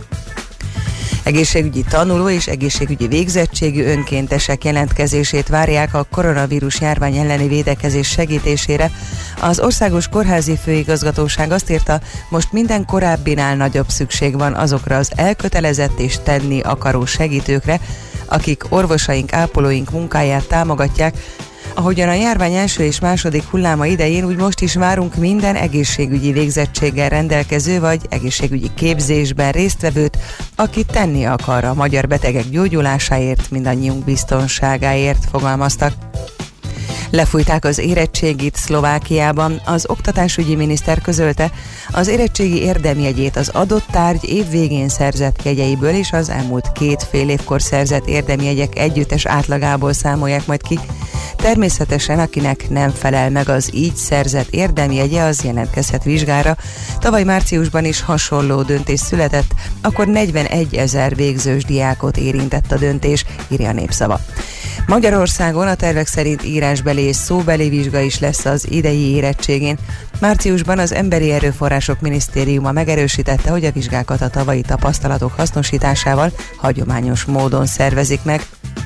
Egészségügyi tanuló és egészségügyi végzettségű önkéntesek jelentkezését várják a koronavírus járvány elleni védekezés segítésére. Az Országos Kórházi Főigazgatóság azt írta, most minden korábbinál nagyobb szükség van azokra az elkötelezett és tenni akaró segítőkre, akik orvosaink, ápolóink munkáját támogatják. Ahogyan a járvány első és második hulláma idején, úgy most is várunk minden egészségügyi végzettséggel rendelkező vagy egészségügyi képzésben résztvevőt, aki tenni akar a magyar betegek gyógyulásáért, mindannyiunk biztonságáért, fogalmaztak. Lefújták az érettségit Szlovákiában. Az oktatásügyi miniszter közölte, az érettségi érdemjegyét az adott tárgy év végén szerzett jegyeiből és az elmúlt két fél évkor szerzett érdemjegyek együttes átlagából számolják majd ki. Természetesen, akinek nem felel meg az így szerzett érdemjegye, az jelentkezhet vizsgára. Tavaly márciusban is hasonló döntés született, akkor negyvenegy ezer végzős diákot érintett a döntés, írja a Népszava. Magyarországon a tervek szerint írásbeli és szóbeli vizsga is lesz az idei érettségén. Márciusban az Emberi Erőforrások Minisztériuma megerősítette, hogy a vizsgákat a tavalyi tapasztalatok hasznosításával hagyományos módon szervezik meg.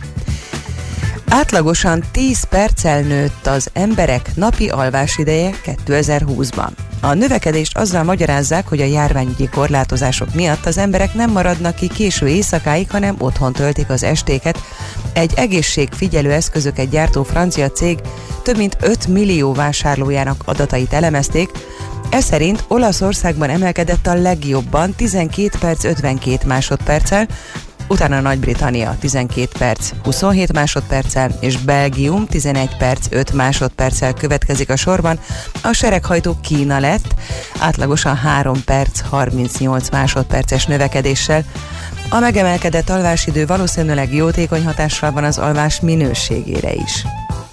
Átlagosan tíz perccel nőtt az emberek napi alvásideje kétezer-húszban. A növekedést azzal magyarázzák, hogy a járványügyi korlátozások miatt az emberek nem maradnak ki késő éjszakáig, hanem otthon töltik az estéket. Egy egészségfigyelő eszközöket gyártó francia cég több mint öt millió vásárlójának adatait elemezték. Ez szerint Olaszországban emelkedett a legjobban tizenkét perc ötvenkét másodperccel, utána Nagy-Britannia tizenkét perc huszonhét másodperccel, és Belgium tizenegy perc öt másodperccel következik a sorban. A sereghajtó Kína lett, átlagosan három perc harmincnyolc másodperces növekedéssel. A megemelkedett alvásidő valószínűleg jótékony hatással van az alvás minőségére is.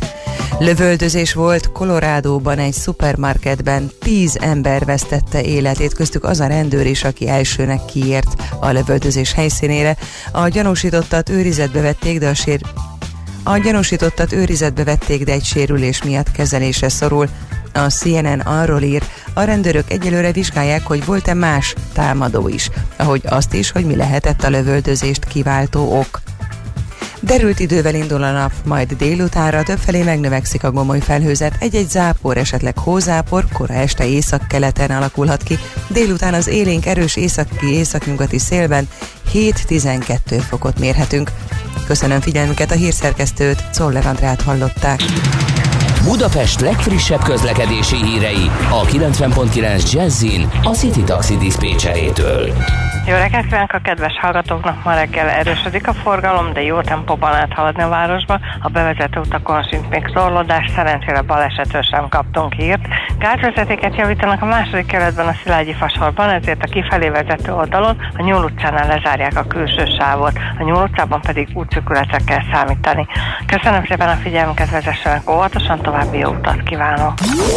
Lövöldözés volt Colorádóban egy szupermarketben, tíz ember vesztette életét, köztük az a rendőr is, aki elsőnek kiért a lövöldözés helyszínére. A gyanúsítottat őrizetbe vették, de a sér... A gyanúsítottat őrizetbe vették, de egy sérülés miatt kezelésre szorul. A C N N arról ír, a rendőrök egyelőre vizsgálják, hogy volt-e más támadó is, ahogy azt is, hogy mi lehetett a lövöldözést kiváltó ok. Derült idővel indul a nap, majd délutánra többfelé megnövekszik a gomoly felhőzet, egy-egy zápor, esetleg hózápor, kora este északkeleten alakulhat ki, délután az élénk erős északi északnyugati szélben hét-tizenkettő fokot mérhetünk. Köszönöm figyelmüket, a hírszerkesztőt, Czoller Andrát hallották. Budapest legfrissebb közlekedési hírei a kilencven pont kilenc Jazzin a City Taxi diszpécserétől. Jó reggelt kívánok a kedves hallgatóknak! Ma reggel erősödik a forgalom, de jó tempóban lehet haladni a városba. A bevezető utakon szint még torlódás, szerencsére balesetről sem kaptunk hírt. Gátvezetéket javítanak a második kerületben a Szilágyi fasorban, ezért a kifelé vezető oldalon a Nyúl utcánál lezárják a külső sávot, a Nyúl utcában pedig útszűkületre kell számítani. Köszönöm szépen a figyelmüket, vezessenek óvatosan, további jó utat kívánok!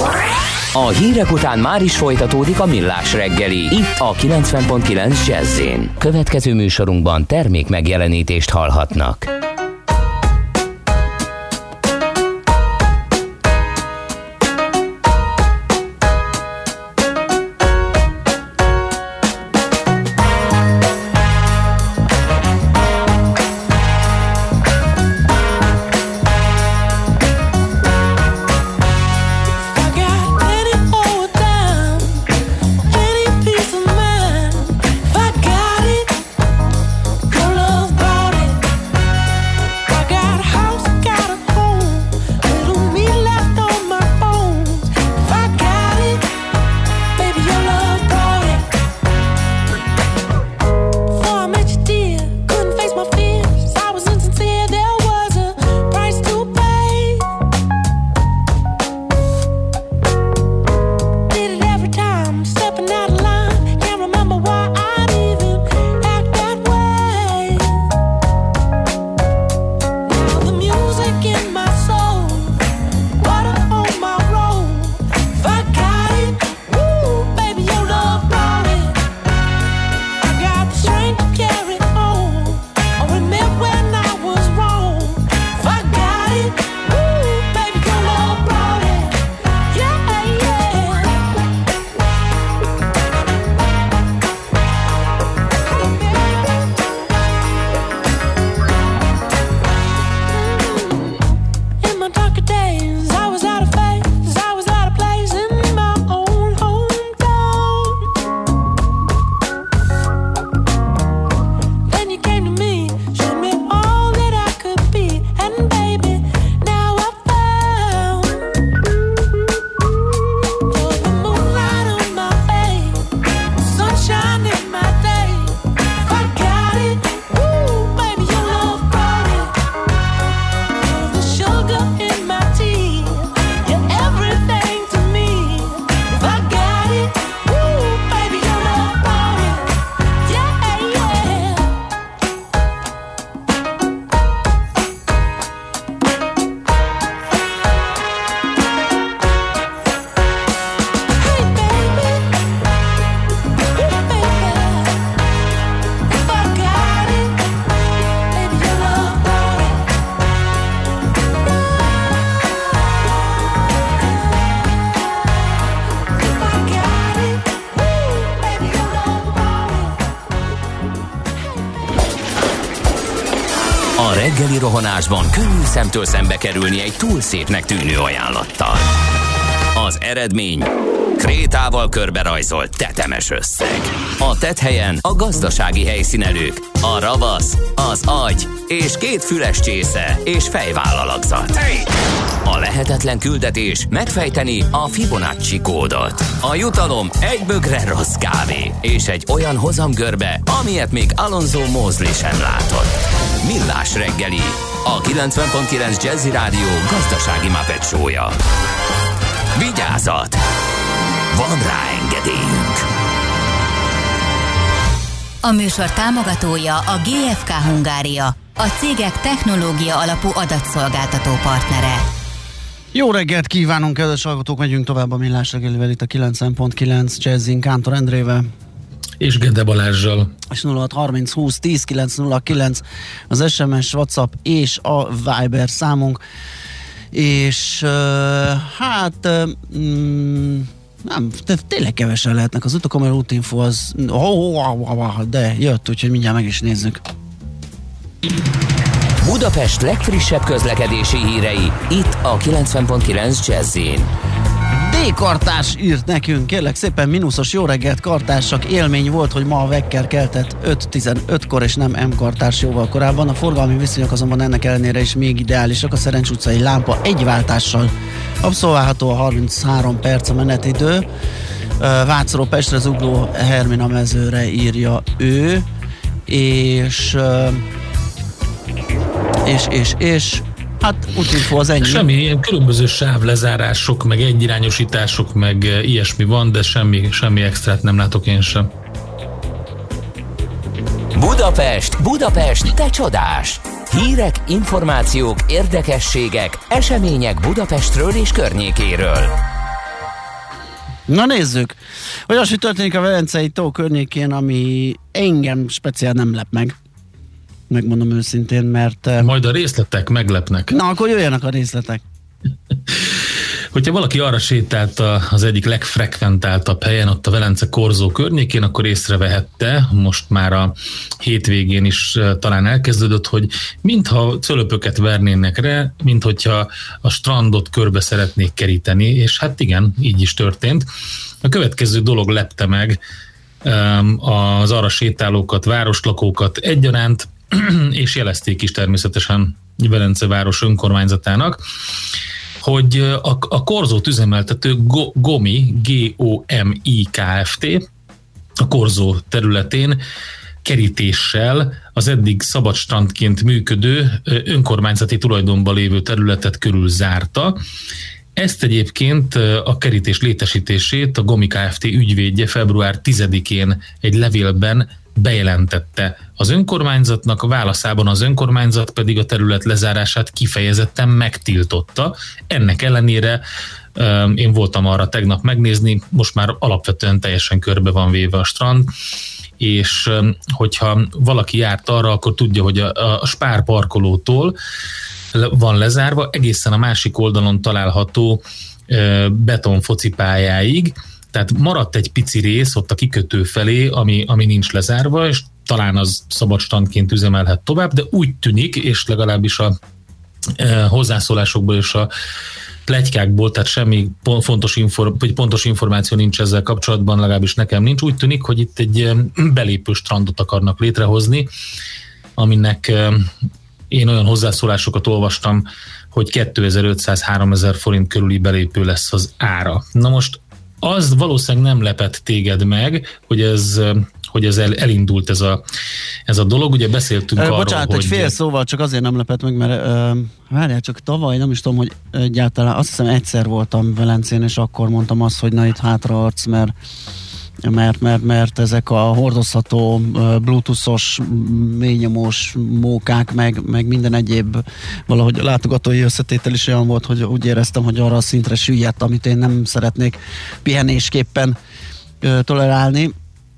A hírek után már is folytatódik a Millás reggeli, itt a kilencven pont kilenc Jazz-én. Következő műsorunkban termék megjelenítést hallhatnak. I got it, your love brought it. reggeli rohanásban könnyű szemtől szembe kerülni egy túl szépnek tűnő ajánlattal. Az eredmény krétával körberajzolt tetemes összeg. A tetthelyen a gazdasági helyszínelők, a ravasz, az agy és két füles csésze és fejvállalakzat. A lehetetlen küldetés megfejteni a Fibonacci kódot. A jutalom egy bögre rossz kávé és egy olyan hozamgörbe, amilyet még Alonso Mosley sem látott. Millás reggeli, a kilencven pont kilenc Jazzy Rádió gazdasági Muppet show-ja. Vigyázat! Van rá engedélyünk! A műsor támogatója a gé ef ká Hungária, a cégek technológia alapú adatszolgáltató partnere. Jó reggelt kívánunk, kedves hallgatók, megyünk tovább a Millás reggelivel itt a kilencven pont kilenc Jazzin Kántor Endrével. És Gede Balázsral. És nulla hat harminc húsz tíz kilenc nulla kilenc az es em es, WhatsApp és a Viber számunk. És uh, hát uh, mm, nem, de tényleg kevesen lehetnek az utakon, mert útinfo az oh, oh, oh, oh, de jött, úgyhogy mindjárt meg is nézzük. Budapest legfrissebb közlekedési hírei, itt a kilencven pont kilenc Jazzin. D-kartás írt nekünk, kérlek szépen, mínuszos jó reggelt kartársak, élmény volt, hogy ma a Vekker keltett öt tizenötkor és nem M-kartárs jóval korábban. A forgalmi viszonyok azonban ennek ellenére is még ideálisak, a Szerencs utcai lámpa egy váltással abszolválható, a harminchárom perc a menetidő. Vácról Pestre zugló Hermina mezőre írja ő, és és, és, és hát útinfo az ennyi. Semmi, ilyen különböző sávlezárások, meg egyirányosítások, meg ilyesmi van, de semmi, semmi extrát nem látok én sem. Budapest, Budapest, te csodás! Hírek, információk, érdekességek, események Budapestről és környékéről. Na nézzük! Olyasmi történik a Velencei tó környékén, ami engem speciál nem lep meg. Megmondom őszintén, mert... Majd a részletek meglepnek. Na, akkor jöjjenek a részletek. Hogyha valaki arra sétált az egyik legfrekventáltabb helyen, ott a Velence Korzó környékén, akkor észrevehette, most már a hétvégén is talán elkezdődött, hogy mintha cölöpöket vernének rá, minthogyha a strandot körbe szeretnék keríteni, és hát igen, így is történt. A következő dolog lepte meg az arra sétálókat, városlakókat egyaránt, és jelezték is természetesen Velence város önkormányzatának, hogy a, a Korzót üzemeltető Gomi, G O M I Kft. A Korzó területén kerítéssel az eddig szabad strandként működő önkormányzati tulajdonban lévő területet körül zárta. Ezt egyébként a kerítés létesítését a Gomi Kft. Ügyvédje február tizedikén egy levélben bejelentette az önkormányzatnak, a válaszában az önkormányzat pedig a terület lezárását kifejezetten megtiltotta. Ennek ellenére én voltam arra tegnap megnézni, most már alapvetően teljesen körbe van véve a strand, és hogyha valaki járt arra, akkor tudja, hogy a, a Spár parkolótól van lezárva, egészen a másik oldalon található beton focipályáig, tehát maradt egy pici rész ott a kikötő felé, ami, ami nincs lezárva, és talán az szabad strandként üzemelhet tovább, de úgy tűnik, és legalábbis a e, hozzászólásokból és a pletykákból, tehát semmi fontos inform, vagy pontos információ nincs ezzel kapcsolatban, legalábbis nekem nincs. Úgy tűnik, hogy itt egy belépő strandot akarnak létrehozni, aminek e, én olyan hozzászólásokat olvastam, hogy kétezer-ötszáz-háromezer forint körüli belépő lesz az ára. Na most az valószínűleg nem lepett téged meg, hogy ez, hogy ez el, elindult ez a, ez a dolog. Ugye beszéltünk e, arról, bocsánat, hogy... egy fél szóval csak azért nem lepett meg, mert uh, várjál, csak tavaly, nem is tudom, hogy egyáltalán, azt hiszem egyszer voltam Velencén, és akkor mondtam azt, hogy na itt hátraarc, mert Mert, mert, mert ezek a hordozható bluetoothos, mélynyomós mókák, meg, meg minden egyéb valahogy látogatói összetétel is olyan volt, hogy úgy éreztem, hogy arra a szintre süllyedt, amit én nem szeretnék pihenésképpen ö, tolerálni.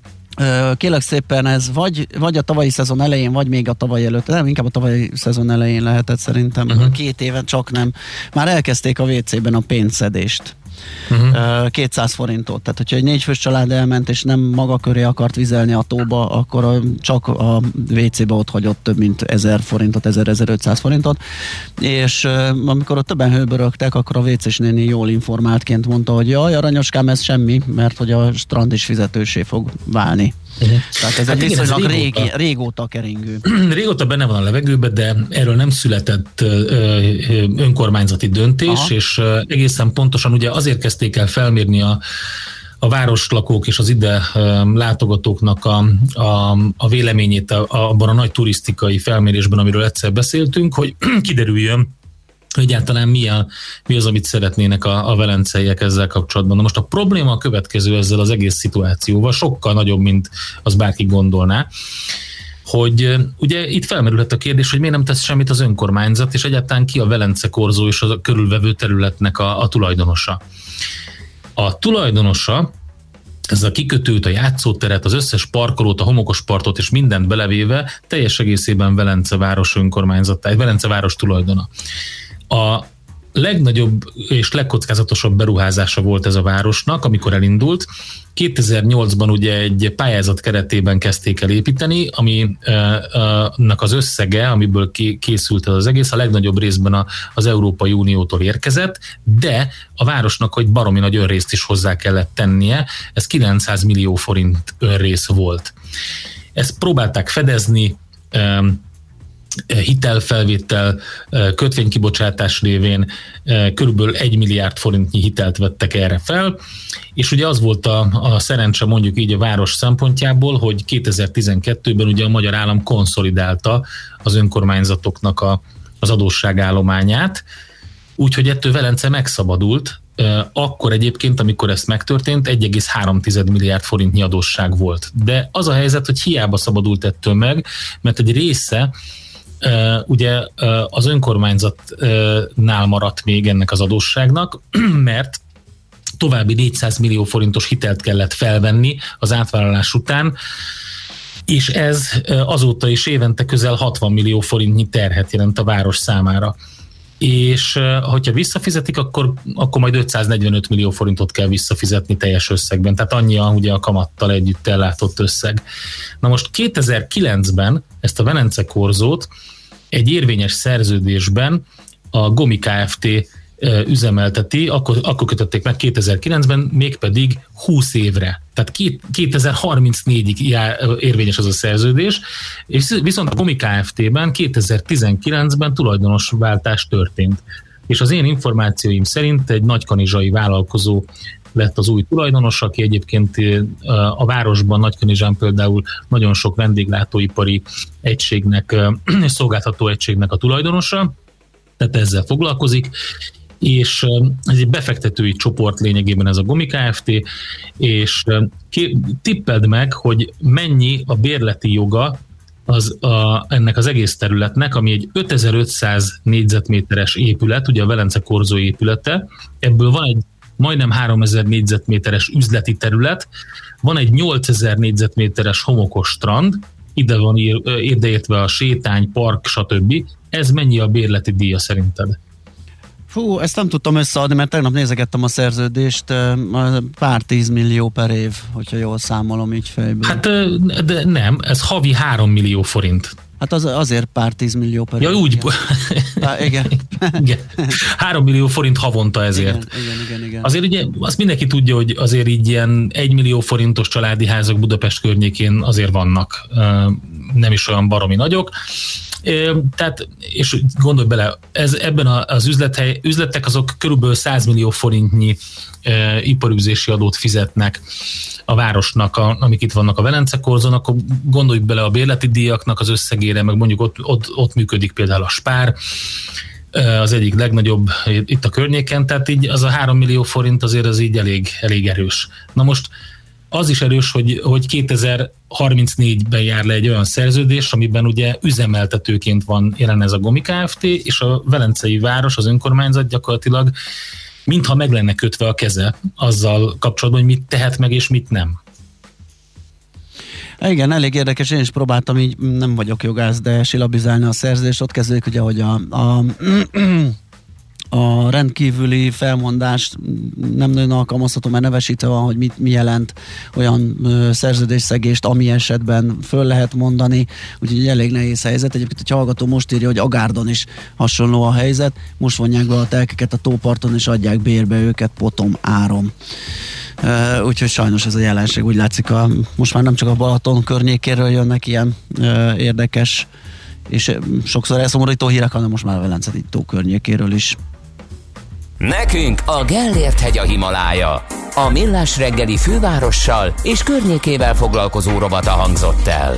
Ö, kérlek szépen, ez vagy, vagy a tavalyi szezon elején, vagy még a tavaly előtt, nem, inkább a tavalyi szezon elején lehetett szerintem, uh-huh. két éven csak nem. Már elkezdték a vé cében a pénzszedést. uh-huh. kétszáz forintot. Tehát, hogyha egy négyfős család elment, és nem maga köré akart vizelni a tóba, akkor a, csak a vé cébe ott hagyott több mint ezer forintot, ezer-ezerötszáz forintot, és amikor ott többen hőbörögtek, akkor a vécés néni jól informáltként mondta, hogy jaj, aranyoskám, ez semmi, mert hogy a strand is fizetősé fog válni. Uh-huh. Tehát ez hát egy viszonylag régóta, régi, régóta keringő. Régóta benne van a levegőben, de erről nem született önkormányzati döntés, aha, és egészen pontosan ugye azért kezdték el felmérni a, a városlakók és az ide látogatóknak a, a, a véleményét a, abban a nagy turisztikai felmérésben, amiről egyszer beszéltünk, hogy kiderüljön, egyáltalán mi, a, mi az, amit szeretnének a, a velenceiek ezzel kapcsolatban. Na most a probléma a következő ezzel az egész szituációval, sokkal nagyobb, mint az bárki gondolná, hogy ugye itt felmerülhet a kérdés, hogy miért nem tesz semmit az önkormányzat, és egyáltalán ki a Velence korzó és a körülvevő területnek a, a tulajdonosa. A tulajdonosa, ez a kikötőt, a játszóteret, az összes parkolót, a homokos partot és mindent belevéve teljes egészében Velence város önkormányzattá, Velence város tulajdona. A legnagyobb és legkockázatosabb beruházása volt ez a városnak, amikor elindult. kétezer-nyolcban ugye egy pályázat keretében kezdték el építeni, aminek az összege, amiből készült ez az egész, a legnagyobb részben az Európai Uniótól érkezett, de a városnak hogy baromi nagy önrészt is hozzá kellett tennie, ez kilencszáz millió forint önrész volt. Ezt próbálták fedezni, hitelfelvétel, kötvénykibocsátás révén körülbelül egy milliárd forintnyi hitelt vettek erre fel, és ugye az volt a, a szerencse mondjuk így a város szempontjából, hogy kétezer-tizenkettőben ugye a magyar állam konszolidálta az önkormányzatoknak a, az adósságállományát, úgyhogy ettől Velence megszabadult. Akkor egyébként, amikor ez megtörtént, egy egész három milliárd forintnyi adósság volt. De az a helyzet, hogy hiába szabadult ettől meg, mert egy része Uh, ugye uh, az önkormányzatnál maradt még ennek az adósságnak, mert további négyszáz millió forintos hitelt kellett felvenni az átvállalás után, és ez uh, azóta is évente közel hatvan millió forintnyi terhet jelent a város számára. És uh, hogyha visszafizetik, akkor, akkor majd ötszáznegyvenöt millió forintot kell visszafizetni teljes összegben, tehát annyi a, ugye a kamattal együtt ellátott összeg. Na most kétezer-kilencben ezt a Velence korzót egy érvényes szerződésben a Gomi Kft. Üzemelteti, akkor, akkor kötötték meg kétezer-kilencben, mégpedig húsz évre. Tehát kétezer-harmincnégyig jár, érvényes az a szerződés, és viszont a Gomi Kft.-ben kétezer-tizenkilencben tulajdonosváltás történt. És az én információim szerint egy nagykanizsai vállalkozó lett az új tulajdonos, aki egyébként a városban, Nagykanizsán például nagyon sok vendéglátóipari egységnek, szolgáltató egységnek a tulajdonosa, tehát ezzel foglalkozik, és ez egy befektetői csoport lényegében ez a Gomi Kft., és tippeld meg, hogy mennyi a bérleti joga az a, ennek az egész területnek, ami egy ötezer-ötszáz négyzetméteres épület, ugye a Velence korzó épülete, ebből van egy majdnem háromezer négyzetméteres üzleti terület, van egy nyolcezer négyzetméteres homokos strand, ide van ideértve a sétány, park, stb. Ez mennyi a bérleti díja szerinted? Fú, ezt nem tudtam összeadni, mert tegnap nézegettem a szerződést, pár tízmillió per év, hogyha jól számolom így fejből. Hát de nem, ez havi három millió forint. Hát az, azért pár tízmillió per ja, év. úgy. Há, igen. igen. három millió forint havonta ezért. Igen, igen, igen, igen. Azért ugye azt mindenki tudja, hogy azért így ilyen egy millió forintos családi házak Budapest környékén azért vannak, nem is olyan baromi nagyok. Tehát, és gondolj bele, ez, ebben az üzlethely, üzletek azok körülbelül száz millió forintnyi e, iparűzési adót fizetnek a városnak, a, amik itt vannak a Velence korzón, akkor gondolj bele a bérleti díjaknak az összegére, meg mondjuk ott, ott, ott működik például a Spár, az egyik legnagyobb itt a környéken, tehát így az a három millió forint azért az így elég, elég erős. Na most az is erős, hogy, hogy kétezer-harmincnégyben jár le egy olyan szerződés, amiben ugye üzemeltetőként van jelen ez a Gomi Kft., és a velencei város, az önkormányzat gyakorlatilag mintha meg lenne kötve a keze azzal kapcsolatban, hogy mit tehet meg és mit nem. Igen, elég érdekes, én is próbáltam, így nem vagyok jogász, de silabizálni a szerződést, ott kezdődik ugye, hogy a, a a rendkívüli felmondást nem nagyon alkalmazható, mert nevesítve van, hogy mit, mi jelent olyan ö, szerződésszegést, ami esetben föl lehet mondani, úgyhogy elég nehéz helyzet. Egyébként egy hallgató most írja, hogy Agárdon is hasonló a helyzet, most vonják be a telkeket a tóparton, és adják bérbe őket potom áron. Uh, úgyhogy sajnos ez a jelenség úgy látszik, a, most már nem csak a Balaton környékéről jönnek ilyen uh, érdekes és uh, sokszor elszomorító hírek, hanem most már a Velencei tó környékéről is. Nekünk a Gellért hegy a Himalája. A Millás reggeli fővárossal és környékével foglalkozó rovata hangzott el.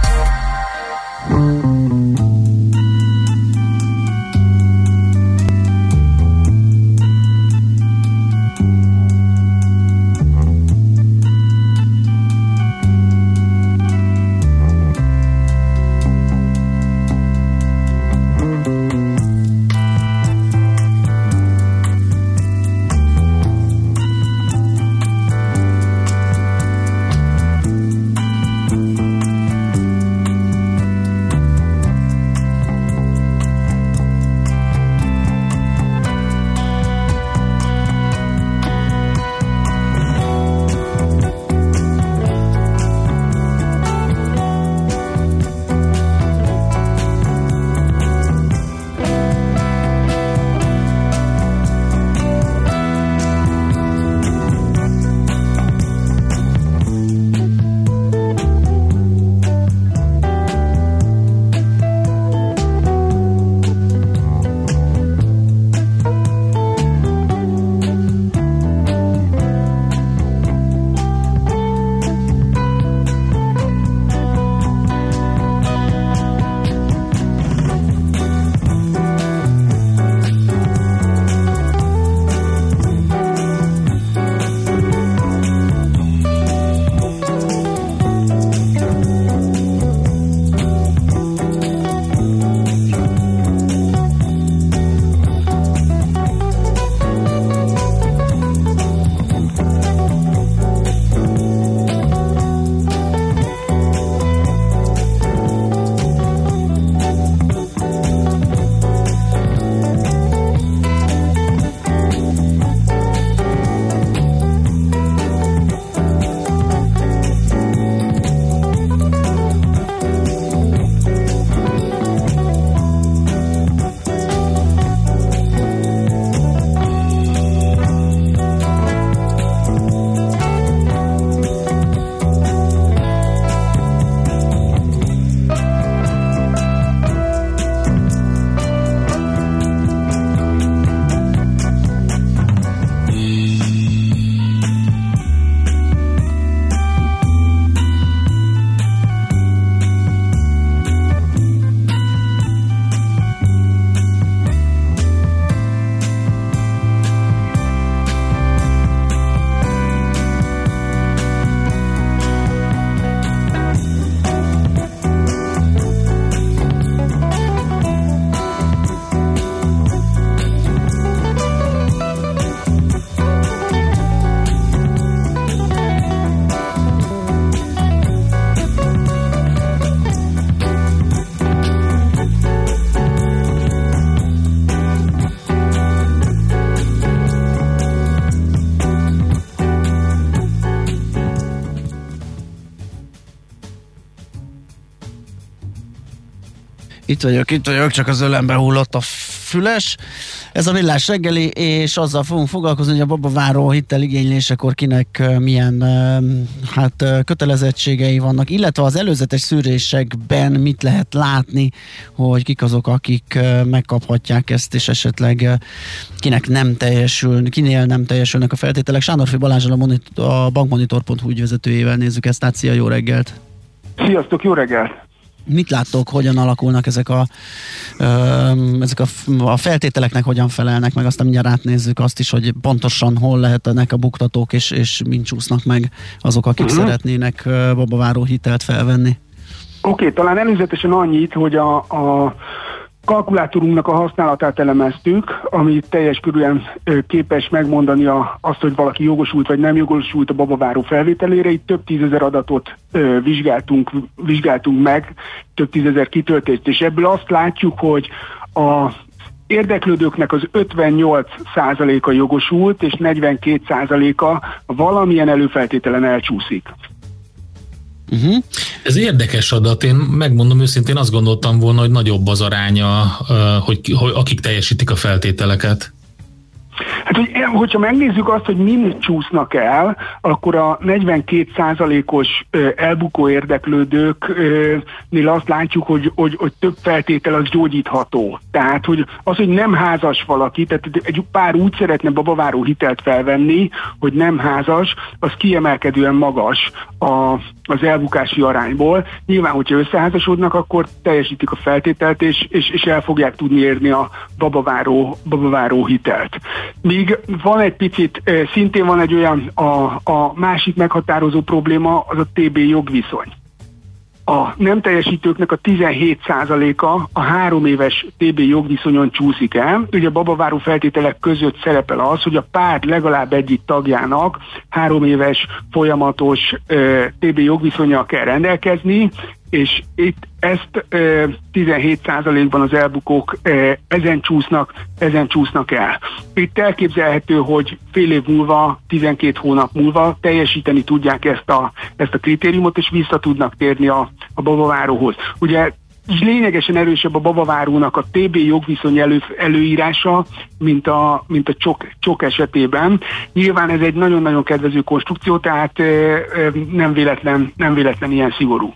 Itt vagyok, itt vagyok, csak az ölembe hullott a füles. Ez a Millás reggeli, és azzal fogunk foglalkozni, hogy a babaváró hiteligénylésekor kinek milyen hát, kötelezettségei vannak, illetve az előzetes szűrésekben mit lehet látni, hogy kik azok, akik megkaphatják ezt, és esetleg kinek nem teljesül, kinél nem teljesülnek a feltételek. Sándorfi Balázsral a, monitor, a bankmonitor pont hu ügyvezetőjével nézzük ezt át. Szia, jó reggelt! Sziasztok, jó reggelt! Mit láttok, hogyan alakulnak ezek a, ö, ezek a, a feltételeknek, hogyan felelnek meg, aztán mindjárt átnézzük azt is, hogy pontosan hol lehetnek a buktatók, és, és mind csúsznak meg azok, akik uh-huh. szeretnének uh, babaváró hitelt felvenni. Oké, okay, talán előzetesen annyit, hogy a, a kalkulátorunknak a használatát elemeztük, ami teljes körülön képes megmondani a, azt, hogy valaki jogosult vagy nem jogosult a babaváró felvételére. Itt több tízezer adatot ö, vizsgáltunk, vizsgáltunk meg, több tízezer kitöltést, és ebből azt látjuk, hogy a érdeklődőknek az ötvennyolc százaléka jogosult, és negyvenkét százaléka valamilyen előfeltételen elcsúszik. Uh-huh. Ez érdekes adat, én megmondom őszintén, azt gondoltam volna, hogy nagyobb az aránya, hogy, hogy akik teljesítik a feltételeket. Hát, hogy, hogyha megnézzük azt, hogy min csúsznak el, akkor a negyvenkét százalékos elbukó érdeklődőknél azt látjuk, hogy, hogy, hogy több feltétel az gyógyítható. Tehát, hogy az, hogy nem házas valaki, tehát egy pár úgy szeretne babaváró hitelt felvenni, hogy nem házas, az kiemelkedően magas a, az elbukási arányból. Nyilván, hogyha összeházasodnak, akkor teljesítik a feltételt, és, és, és el fogják tudni érni a babaváró, babaváró hitelt. Míg van egy picit, szintén van egy olyan, a, a másik meghatározó probléma, az a té bé jogviszony. A nem teljesítőknek a tizenhét százaléka a három éves té bé jogviszonyon csúszik el. Ugye a babaváró feltételek között szerepel az, hogy a pár legalább egyik tagjának három éves folyamatos uh, té bé jogviszonnyal kell rendelkezni, és itt ezt uh, tizenhét százalékban az elbukók uh, ezen csúsznak, ezen csúsznak el. Itt elképzelhető, hogy fél év múlva, tizenkét hónap múlva teljesíteni tudják ezt a, ezt a kritériumot, és vissza tudnak térni a, a babaváróhoz. Ugye lényegesen erősebb a babavárónak a té bé jogviszony elő, előírása, mint a, mint a csok, csok esetében. Nyilván ez egy nagyon-nagyon kedvező konstrukció, tehát ö, ö, nem véletlen, nem véletlen ilyen szigorú.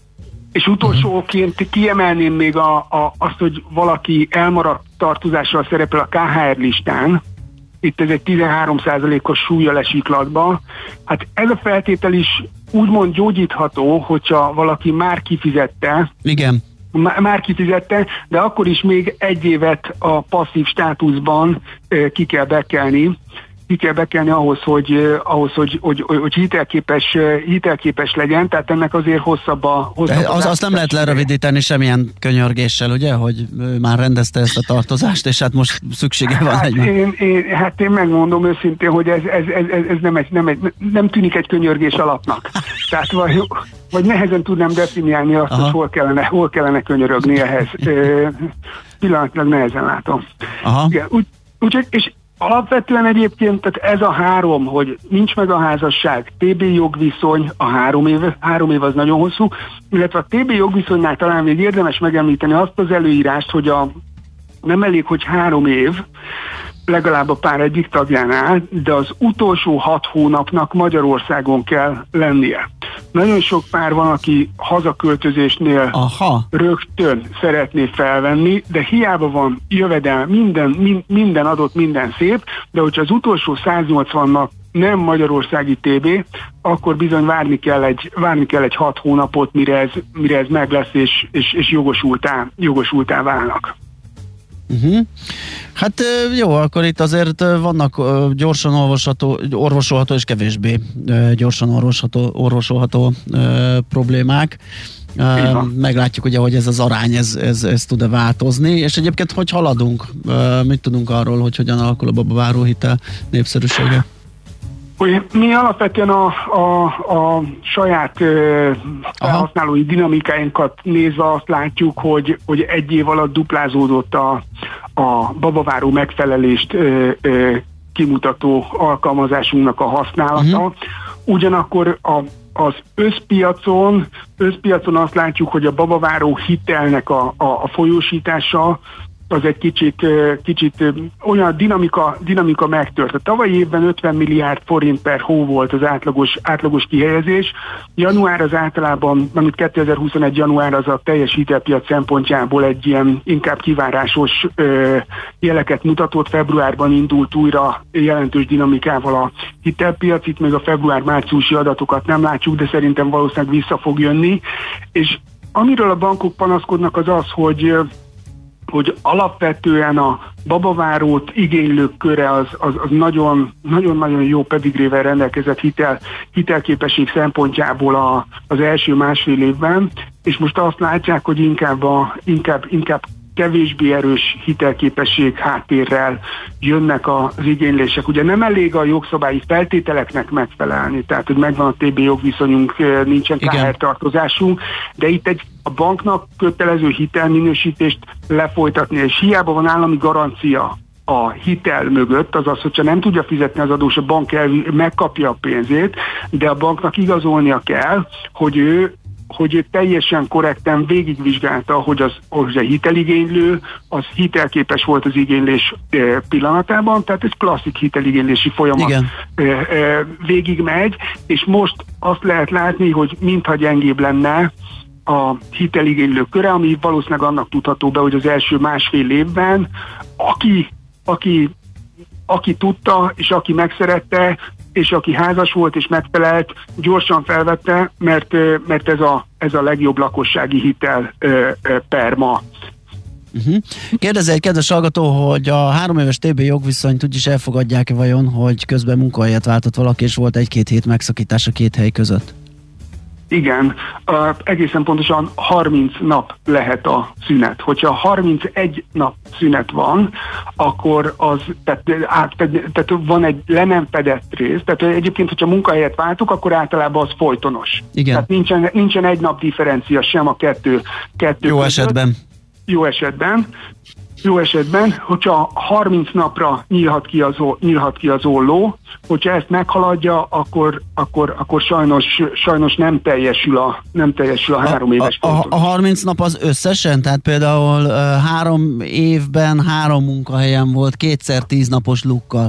És utolsóként kiemelném még a, a, azt, hogy valaki elmaradt tartozással szerepel a ká há er listán. Itt ez egy tizenhárom százalékos súlya lesiklatba. Hát ez a feltétel is úgymond gyógyítható, hogyha valaki már kifizette. Igen. Már kifizette, de akkor is még egy évet a passzív státuszban e, ki kell bekelni. Ki kell bekelni ahhoz, hogy, ahhoz, hogy, hogy, hogy hitelképes, hitelképes legyen, tehát ennek azért hosszabb a... Hosszabb az, azt nem lehet lerövidíteni semmilyen könyörgéssel, ugye, hogy ő már rendezte ezt a tartozást, és hát most szüksége van hát egy... Én, én, hát én megmondom őszintén, hogy ez, ez, ez, ez, nem, egy, nem, egy, nem tűnik egy könyörgés alapnak. Tehát vagy, vagy nehezen tudnám definiálni azt, Aha. hogy hol kellene, hol kellene könyörögni ehhez. Pillanatilag nehezen látom. Aha. Igen, úgy, úgy, és alapvetően egyébként, tehát ez a három, hogy nincs meg a házasság, té bé jogviszony, a három év, három év az nagyon hosszú, illetve a té bé jogviszonynál talán még érdemes megemlíteni azt az előírást, hogy a, nem elég, hogy három év, legalább a pár egyik tagjánál, de az utolsó hat hónapnak Magyarországon kell lennie. Nagyon sok pár van, aki hazaköltözésnél Aha. rögtön szeretné felvenni, de hiába van jövedelme, minden, min, minden adott, minden szép, de hogyha az utolsó száznyolcvannak nem magyarországi té bé, akkor bizony várni kell egy, várni kell egy hat hónapot, mire ez, mire ez meg lesz, és, és, és jogosultá, jogosultá válnak. Uh-huh. Hát jó, akkor itt azért vannak gyorsan olvasható, orvosolható és kevésbé gyorsan orvosolható, orvosolható problémák. Meglátjuk ugye, hogy ez az arány, ez, ez, ez tud-e változni, és egyébként hogy haladunk? Mit tudunk arról, hogy hogyan alakul a babaváró hitel népszerűsége? Mi alapvetően a, a, a saját uh, felhasználói dinamikáinkat nézve azt látjuk, hogy, hogy egy év alatt duplázódott a, a babaváró megfelelést uh, uh, kimutató alkalmazásunknak a használata. Uh-huh. Ugyanakkor a, az összpiacon, összpiacon azt látjuk, hogy a babaváró hitelnek a, a, a folyósítása az egy kicsit, kicsit olyan dinamika, dinamika megtört. A tavalyi évben ötven milliárd forint per hó volt az átlagos, átlagos kihelyezés. Január az általában, amit kétezer-huszonegy január az a teljes hitelpiac szempontjából egy ilyen inkább kivárásos ö, jeleket mutatott. Februárban indult újra jelentős dinamikával a hitelpiac. Itt még a február-márciusi adatokat nem látjuk, de szerintem valószínűleg vissza fog jönni. És amiről a bankok panaszkodnak az az, hogy hogy alapvetően a babavárót igénylők köre az, az, az nagyon, nagyon-nagyon jó pedigrével rendelkezett hitel, hitelképesség szempontjából a, az első másfél évben, és most azt látják, hogy inkább, a, inkább, inkább kevésbé erős hitelképesség háttérrel jönnek az igénylések. Ugye nem elég a jogszabályi feltételeknek megfelelni, tehát hogy megvan a té bé jogviszonyunk, nincsen ká er tartozásunk, de itt egy a banknak kötelező hitelminősítést lefolytatni, és hiába van állami garancia a hitel mögött, azaz, hogyha nem tudja fizetni az adós, a bank el, megkapja a pénzét, de a banknak igazolnia kell, hogy ő hogy ő teljesen korrekten végigvizsgálta, hogy, az, hogy a hiteligénylő az hitelképes volt az igénylés e, pillanatában, tehát ez klasszik hiteligénylési folyamat e, e, végigmegy, és most azt lehet látni, hogy mintha gyengébb lenne a hiteligénylő köre, ami valószínűleg annak tudható be, hogy az első másfél évben, aki, aki, aki tudta, és aki megszerette, és aki házas volt és megfelelt, gyorsan felvette, mert, mert ez, a, ez a legjobb lakossági hitel per ma. Uh-huh. Kérdezi egy kedves hallgató, hogy a három éves té bé jogviszonyt úgyis elfogadják-e vajon, hogy közben munkahelyet váltott valaki, és volt egy-két hét megszakítás a két hely között? Igen, uh, egészen pontosan harminc nap lehet a szünet. Hogyha harmincegy nap szünet van, akkor az, tehát, át, tehát van egy le nem fedett rész, tehát egyébként, hogyha munkahelyet váltuk, akkor általában az folytonos. Igen. Tehát nincsen, nincsen egy nap differencia sem a kettő, kettő Jó között. esetben. Jó esetben. Jó esetben, hogyha harminc napra nyílhat ki az, nyílhat ki az olló, hogyha ezt meghaladja, akkor, akkor, akkor sajnos, sajnos nem teljesül a, nem teljesül a három éves a, a, a harminc nap az összesen? Tehát például uh, három évben három munkahelyen volt, kétszer tíz napos lukkal.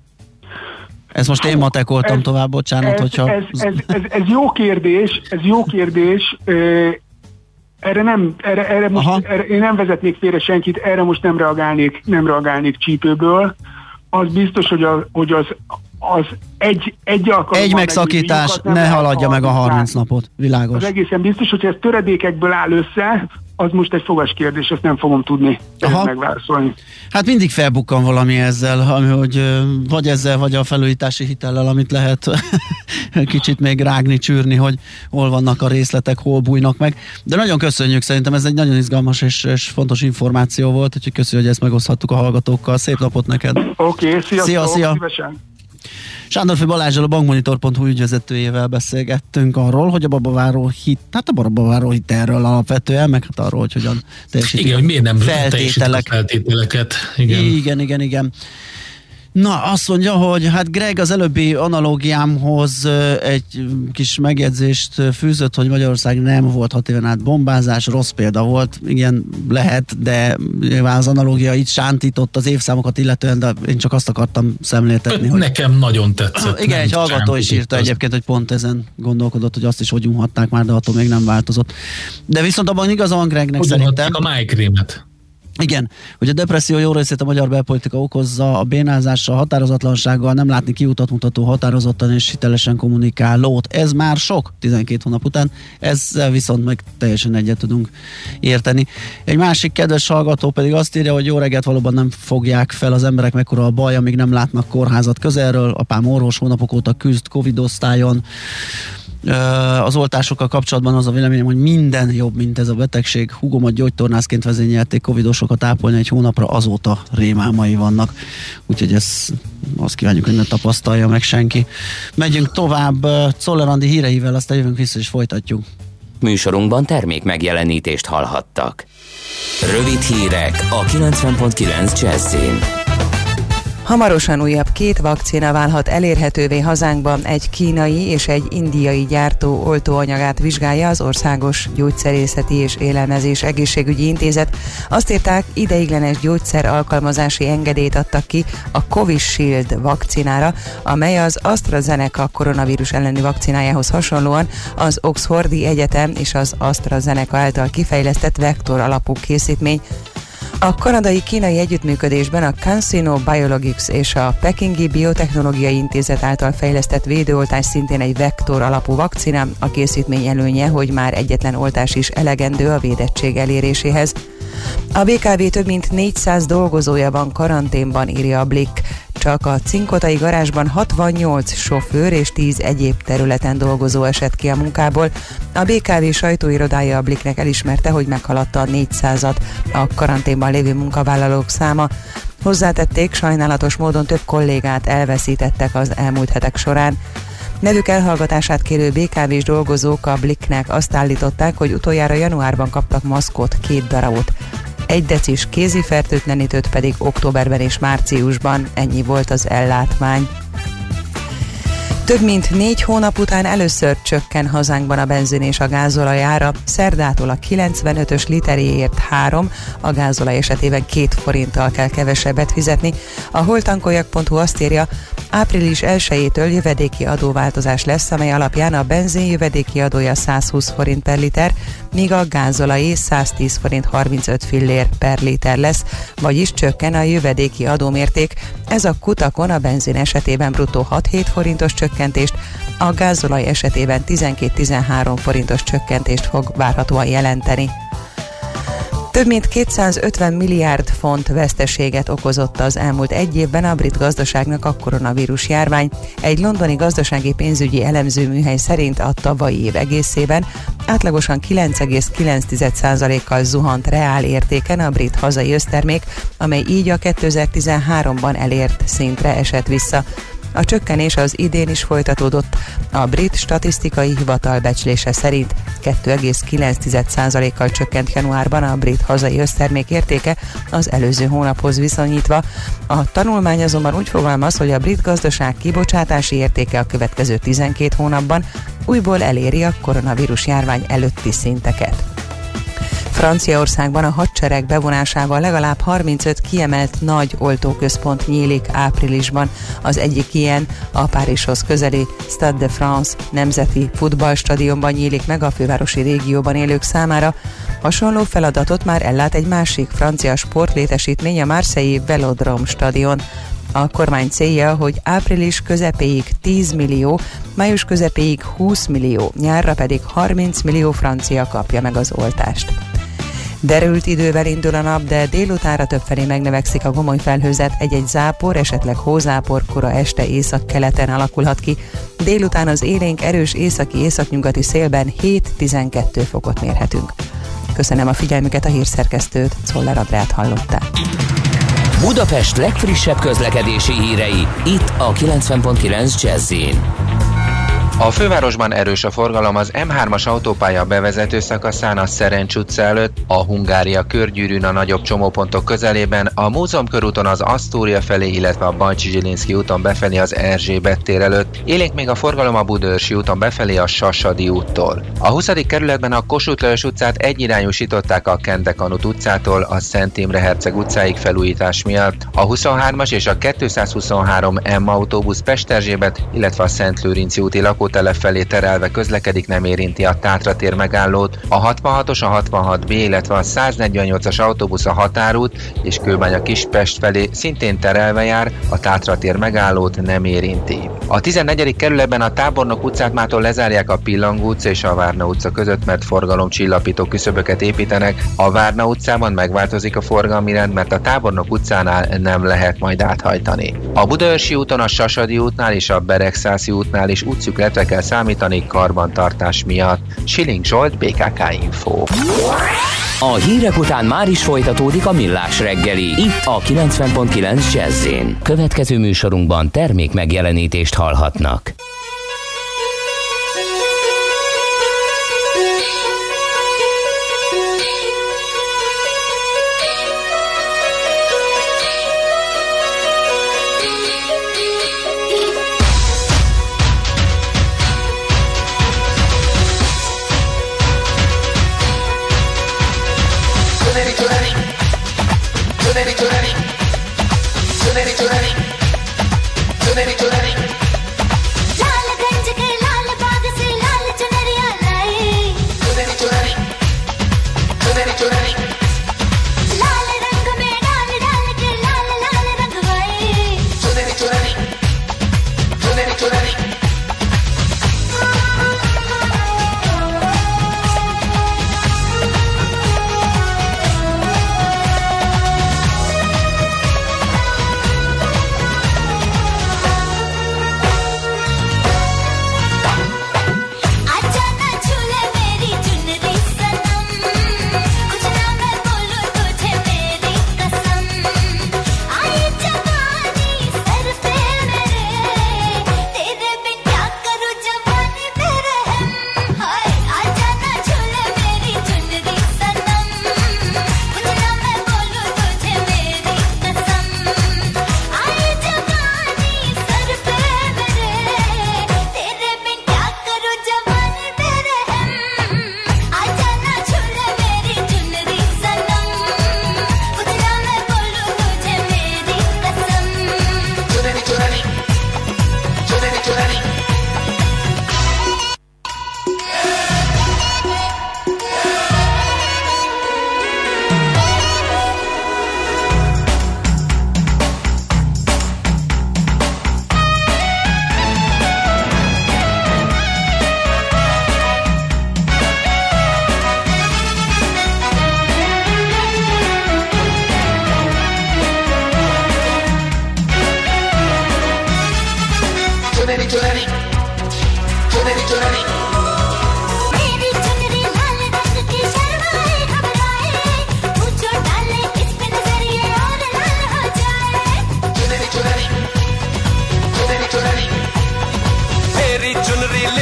Ez most én matekoltam ez, tovább, bocsánat, ez, hogyha... Ez, ez, ez, ez jó kérdés, ez jó kérdés, uh, Erre nem, erre, erre most, erre, én nem vezetnék félre senkit, erre most nem reagálnék, nem reagálnék csípőből. Az biztos, hogy, a, hogy az, az egy, egy alkalommal... Egy megszakítás, ne haladja meg a harminc napot, világos. Az egészen biztos, hogy ez töredékekből áll össze, az most egy fogas kérdés, ezt nem fogom tudni megválaszolni. Hát mindig felbukkan valami ezzel, ami, hogy vagy ezzel, vagy a felújítási hitellel, amit lehet kicsit még rágni, csűrni, hogy hol vannak a részletek, hol bújnak meg. De nagyon köszönjük, szerintem ez egy nagyon izgalmas és, és fontos információ volt, úgyhogy köszönjük, hogy ezt megoszthattuk a hallgatókkal. Szép napot neked! Oké, okay, sziasztok! Szia, szia. Szívesen! Sándorfi Balázsral, a bankmonitor pont hu ügyvezetőjével beszélgettünk arról, hogy a babaváró hit, hát a babaváró hitelről alapvetően, meg hát arról, hogy hogyan teljesítik. Igen, hogy miért nem feltételek. a feltételeket. Igen. igen, igen, igen. Na, azt mondja, hogy hát Greg az előbbi analógiámhoz egy kis megjegyzést fűzött, hogy Magyarország nem volt hat éven át bombázás, rossz példa volt, igen, lehet, de nyilván az analógia itt sántított az évszámokat illetően, de én csak azt akartam szemléltetni. Hogy... Nekem nagyon tetszett. Igen, egy hallgató is írta az... egyébként, hogy pont ezen gondolkodott, hogy azt is hogy unhatták már, de attól még nem változott. De viszont abban igaza van Gregnek szerintem. a májkrémet. Igen, hogy a depresszió jó részét a magyar belpolitika okozza, a bénázással, határozatlansággal, nem látni kiutat mutató, határozottan és hitelesen kommunikálót. Ez már sok, tizenkét hónap után, ezzel viszont meg teljesen egyet tudunk érteni. Egy másik kedves hallgató pedig azt írja, hogy jó reggelt, valóban nem fogják fel az emberek, mekkora a baj, amíg nem látnak kórházat közelről. Apám orvos, hónapok óta küzd Covid osztályon. Az oltásokkal kapcsolatban az a véleményem, hogy minden jobb, mint ez a betegség. Húgomat gyógytornászként vezényelték covidosokat ápolni egy hónapra, azóta rémálmai vannak. Úgyhogy ezt azt kívánjuk, hogy ne tapasztalja meg senki. Megyünk tovább Czoller Andi híreivel, aztán jövünk vissza és folytatjuk. Műsorunkban termék megjelenítést hallhattak. Rövid hírek a kilencven pont kilenc Jazzin. Hamarosan újabb két vakcina válhat elérhetővé hazánkban, egy kínai és egy indiai gyártó oltóanyagát vizsgálja az Országos Gyógyszerészeti és Élelmezés Egészségügyi Intézet. Azt írták, ideiglenes gyógyszer alkalmazási engedélyt adtak ki a Covishield vakcinára, amely az AstraZeneca koronavírus elleni vakcinájához hasonlóan az Oxfordi Egyetem és az AstraZeneca által kifejlesztett vektor alapú készítmény. A kanadai-kínai együttműködésben a CanSino Biologics és a Pekingi Biotechnológiai Intézet által fejlesztett védőoltás szintén egy vektor alapú vakcina. A készítmény előnye, hogy már egyetlen oltás is elegendő a védettség eléréséhez. A bé ká vé több mint négyszáz dolgozója van karanténban, írja a Blick. Csak a cinkotai garázsban hatvannyolc sofőr és tíz egyéb területen dolgozó esett ki a munkából. A bé ká vé sajtóirodája a Blicknek elismerte, hogy meghaladta a négyszázat a karanténban lévő munkavállalók száma. Hozzátették, sajnálatos módon több kollégát elveszítettek az elmúlt hetek során. Nevük elhallgatását kérő bé ká vés dolgozók a Blicknek azt állították, hogy utoljára januárban kaptak maszkot, két darabot. Egy decis kézifertőtlenítőt pedig októberben és márciusban, ennyi volt az ellátmány. Több mint négy hónap után először csökken hazánkban a benzin és a gázolaj ára. Szerdától a kilencvenötös literéért három, a gázolaj esetében két forinttal kell kevesebbet fizetni. A holtankoljak pont hu azt írja, április elsejétől jövedéki adóváltozás lesz, amely alapján a benzin jövedéki adója százhúsz forint per liter, míg a gázolajé száztíz forint harmincöt fillér per liter lesz, vagyis csökken a jövedéki adómérték. Ez a kutakon a benzin esetében bruttó hat-hét forintos csökkentést, a gázolaj esetében tizenkét-tizenhárom forintos csökkentést fog várhatóan jelenteni. Több mint kétszázötven milliárd font veszteséget okozott az elmúlt egy évben a brit gazdaságnak a koronavírus járvány. Egy londoni gazdasági pénzügyi elemzőműhely szerint a tavalyi év egészében átlagosan kilenc egész kilenc százalékkal zuhant reál értéken a brit hazai össztermék, amely így a kétezer-tizenháromban elért szintre esett vissza. A csökkenés az idén is folytatódott. A brit statisztikai hivatal becslése szerint két egész kilenc százalékkal csökkent januárban a brit hazai össztermék értéke az előző hónaphoz viszonyítva. A tanulmány azonban úgy fogalmaz, hogy a brit gazdaság kibocsátási értéke a következő tizenkét hónapban újból eléri a koronavírus járvány előtti szinteket. Franciaországban a hadsereg bevonásával legalább harmincöt kiemelt nagy oltóközpont nyílik áprilisban. Az egyik ilyen a Párizshoz közeli Stade de France nemzeti futballstadionban nyílik meg a fővárosi régióban élők számára. Hasonló feladatot már ellát egy másik francia sportlétesítmény, a Marseille Velodrome stadion. A kormány célja, hogy április közepéig tíz millió, május közepéig húsz millió, nyárra pedig harminc millió francia kapja meg az oltást. Derült idővel indul a nap, de délutánra többfelé megnövekszik a gomoly felhőzet, egy-egy zápor, esetleg hózápor kora este északkeleten alakulhat ki. Délután az élénk erős északi-északnyugati szélben hét-tizenkét fokot mérhetünk. Köszönöm a figyelmüket, a hírszerkesztőt, Czoller Andrát hallották. Budapest legfrissebb közlekedési hírei, itt a kilencven pont kilenc Jazz-in. A fővárosban erős a forgalom az em hármas autópálya bevezető szakaszán a Szerencs utca előtt, a Hungária körgyűrűn a nagyobb csomópontok közelében, a Múzeum körúton az Asztória felé, illetve a Bajcsy-Zsilinszky úton befelé az Erzsébet tér előtt. Élénk még a forgalom a Budaörsi úton befelé a Sasadi úttól. A huszadik kerületben a Kossuth Lajos utcát egyirányúsították a Kendekanut utcától a Szent Imre Herceg utcáig felújítás miatt. A huszonhármas és a kétszázhuszonhárom M autóbusz Pest-Erzsébet, illetve a Szent Lőrinci úti lakó telep felé terelve közlekedik, nem érinti a Tátra tér megállót. A hatvanhatos, a hatvanhat B, illetve a száznegyvennyolcas autóbusz a Határút és Kőbánya Kispest felé szintén terelve jár, a Tátra tér megállót nem érinti. A tizennegyedik kerületben a Tábornok utcát mától lezárják a Pillangó utca és a Várna utca között, mert forgalomcsillapító küszöböket építenek. A Várna utcában megváltozik a forgalmi rend, mert a Tábornok utcánál nem lehet majd áthajtani. A Budaörsi úton, a Sasadi útnál és a Beregszászi útnál is útszükletre kell számítani karbantartás miatt. Schilling Zsolt, bé ká ká Info. A hírek után már is folytatódik a Millás reggeli, itt a kilencven pont kilenc Jazz-in. Következő műsorunkban termék megjelenítést hallhatnak. Yeah!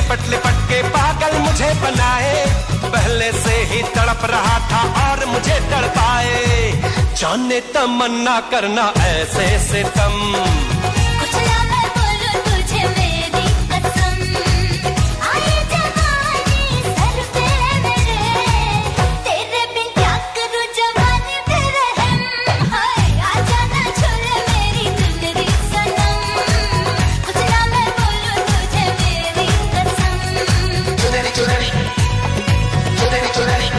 लिपट लिपट के पागल मुझे बनाए पहले से ही तड़प रहा था और मुझे तड़पाए जाने तमन्ना करना ऐसे सितम कुछ ना मैं बोलूं तुझे मेरी कसम आए जवानी सर पे मेरे तेरे बिन क्या करूं जवानी पे रहम हाय आजा ना छोड़ मेरी चुनरी सनम कुछ ना मैं बोलूं तुझे मेरी कसम चुनरी चुनरी चुनरी चुनरी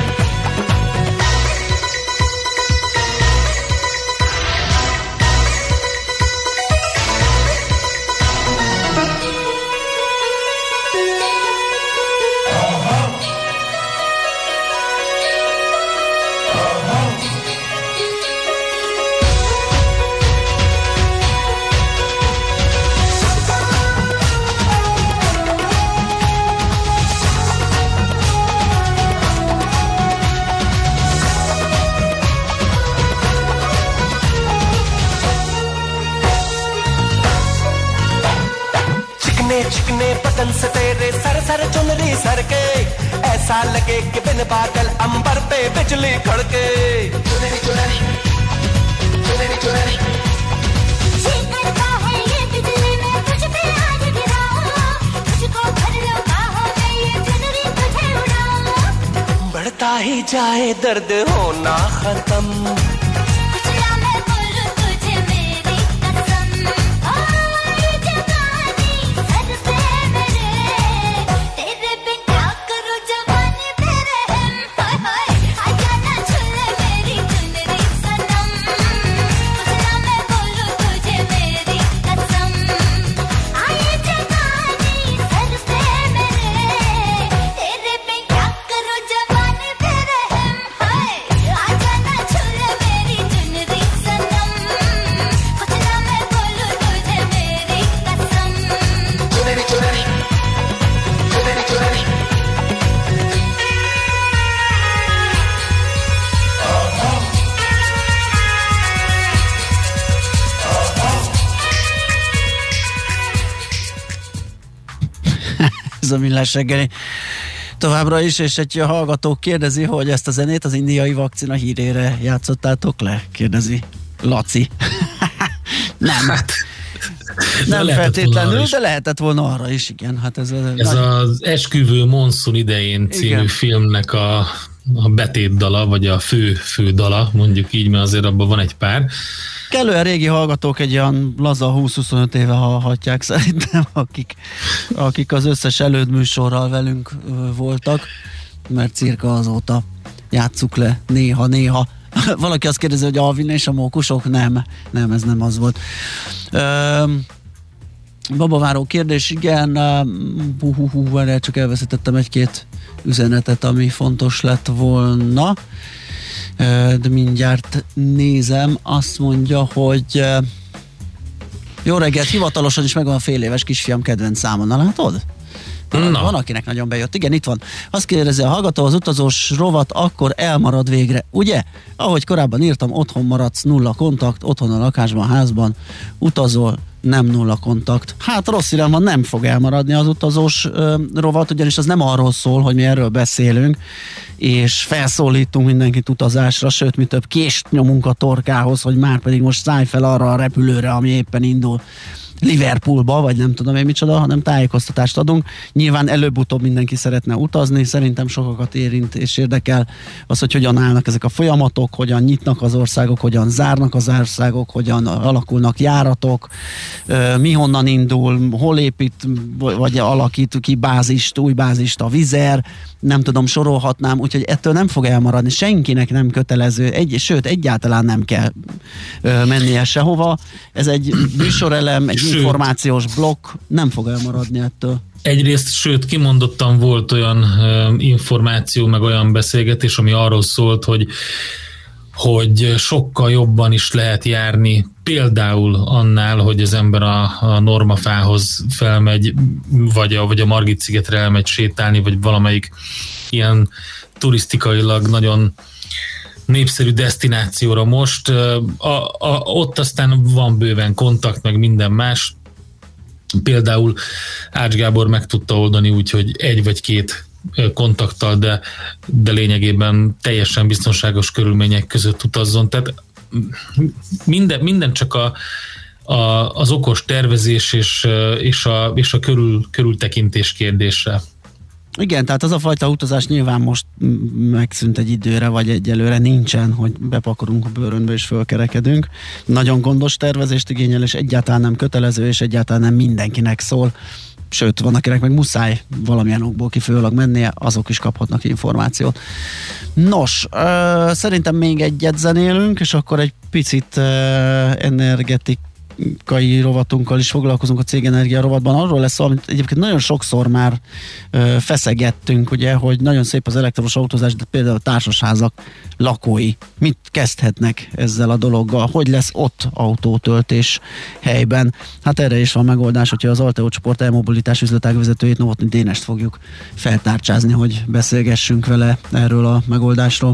चिकने बदन से तेरे सर सर चुनरी सर के ऐसा लगे कि बिन बादल अंबर पे बिजली खड़के चुनरी चुनरी चुनरी चुनरी जी करता है ये बिजली में तुझ पे आज गिराऊं तुझको भर लो बाहों में ये चुनरी तुझे उड़ाऊं बढ़ता ही जाए दर्द होना खत्म कुछ ना मैं बोलूं तुझे मेरी कसम और जवानी सर पे मेरे तेरे बिन क्या करूं जवानी पे रहम हाय हाय आजा ना छुले मेरी चुनरी सनम कुछ ना मैं बोलूं तुझे मेरी कसम आए जवानी सर पे मेरे तेरे बिन क्या करूं जवानी पे रहम हाय आजा ना छुले मेरी चुनरी सनम कुछ ना मैं बोलूं तुझे मेरी कसम चुनरी चुनरी चुनरी चुनरी Ez a Millás reggeli. Továbbra is, és egy hallgató kérdezi, hogy ezt a zenét az indiai vakcina hírére játszottátok le? Kérdezi Laci. Nem. Hát, Nem lehetett feltétlenül, volna de lehetett volna arra is, igen. Hát ez, Ez nagy... az Esküvő Monszun idején című Igen. filmnek a, a betétdala, vagy a fő, fő dala, mondjuk így, mert azért abban van egy pár. Kellően régi hallgatók egy olyan laza húsz-huszonöt éve hallhatják szerintem, akik, akik az összes elődműsorral velünk ö, voltak, mert cirka azóta játsszuk le néha-néha. Valaki azt kérdezi, hogy Alvin és a mókusok? Nem, nem, ez nem az volt. Ö, babaváró kérdés, igen, hú, hú, hú, erre csak elveszítettem egy-két üzenetet, ami fontos lett volna. De mindjárt nézem, azt mondja, hogy jó reggelt, hivatalosan is megvan a fél éves kisfiam kedvenc számon. Na látod? Van, van, akinek nagyon bejött. Igen, itt van. Azt kérdezi a hallgató, az utazós rovat akkor elmarad végre, ugye? Ahogy korábban írtam, otthon maradsz, nulla kontakt, otthon a lakásban, házban, utazol, nem nulla kontakt. Hát rossz irányban nem fog elmaradni az utazós ö, rovat, ugyanis az nem arról szól, hogy mi erről beszélünk, és felszólítunk mindenkit utazásra, sőt, mi több kést nyomunk a torkához, hogy már pedig most szállj fel arra a repülőre, ami éppen indul Liverpoolba, vagy nem tudom én micsoda, hanem tájékoztatást adunk. Nyilván előbb-utóbb mindenki szeretne utazni, szerintem sokakat érint és érdekel az, hogy hogyan állnak ezek a folyamatok, hogyan nyitnak az országok, hogyan zárnak az országok, hogyan alakulnak járatok, mi honnan indul, hol épít, vagy alakít ki bázist, új bázist a Vizer, nem tudom, sorolhatnám, úgyhogy ettől nem fog elmaradni, senkinek nem kötelező, egy, sőt, egyáltalán nem kell ö, mennie sehova. Ez egy műsorelem, egy Sőt. információs blokk, nem fog elmaradni ettől. Egyrészt, sőt, kimondottan volt olyan ö, információ, meg olyan beszélgetés, ami arról szólt, hogy hogy sokkal jobban is lehet járni, például annál, hogy az ember a, a Normafához felmegy, vagy a, vagy a Margit-szigetre elmegy sétálni, vagy valamelyik ilyen turisztikailag nagyon népszerű desztinációra most. A, a, ott aztán van bőven kontakt, meg minden más. Például Ács Gábor meg tudta oldani úgy, hogy egy vagy két kontakttal, de, de lényegében teljesen biztonságos körülmények között utazzon. Tehát minden, minden csak a, a, az okos tervezés és, és a, és a körül, körültekintés kérdése. Igen, tehát az a fajta utazás nyilván most megszűnt egy időre, vagy egyelőre nincsen, hogy bepakolunk a bőrönbe és fölkerekedünk. Nagyon gondos tervezést igényel, és egyáltalán nem kötelező, és egyáltalán nem mindenkinek szól. Sőt, van akinek meg muszáj valamilyen okból kifolyólag mennie, azok is kaphatnak információt. Nos, ö, szerintem még egyet zenélünk, és akkor egy picit ö, energetik kai rovatunkkal is foglalkozunk a Cégenergia rovatban. Arról lesz szó, amit egyébként nagyon sokszor már ö, feszegettünk, ugye, hogy nagyon szép az elektromos autózás, de például a társasházak lakói mit kezdhetnek ezzel a dologgal, hogy lesz ott autótöltés helyben. Hát erre is van megoldás, hogyha az Alteo csoport e-mobilitás üzletágvezetőjét, Novotny Dénest fogjuk feltárcsázni, hogy beszélgessünk vele erről a megoldásról.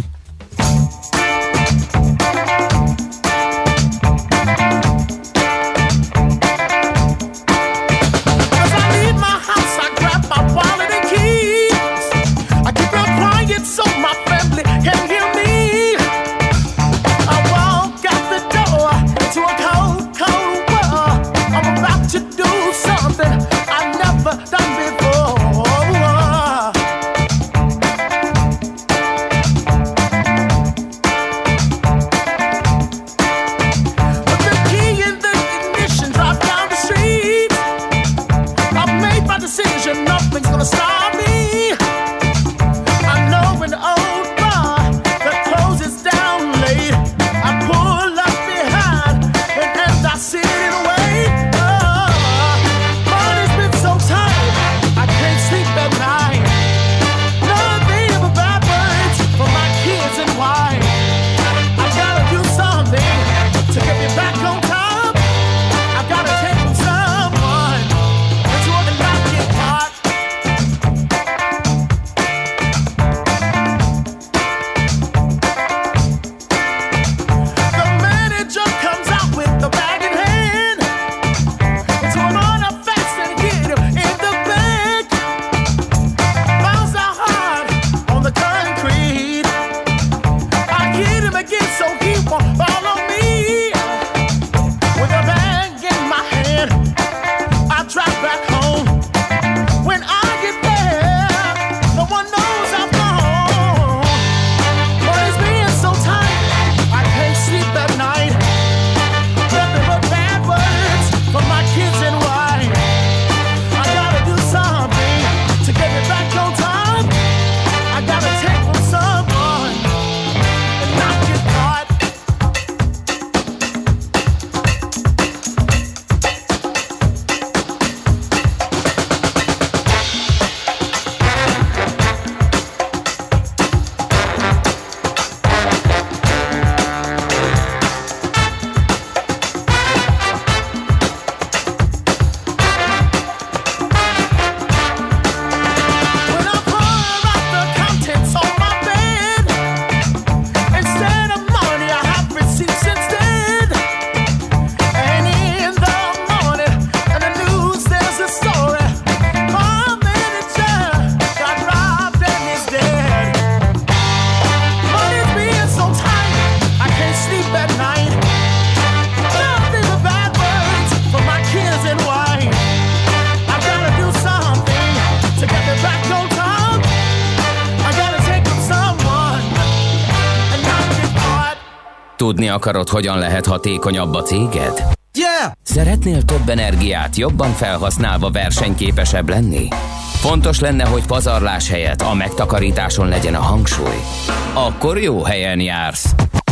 Tudni akarod, hogyan lehet hatékonyabb a céged? Yeah! Szeretnél több energiát jobban felhasználva versenyképesebb lenni? Fontos lenne, hogy pazarlás helyett a megtakarításon legyen a hangsúly. Akkor jó helyen jársz.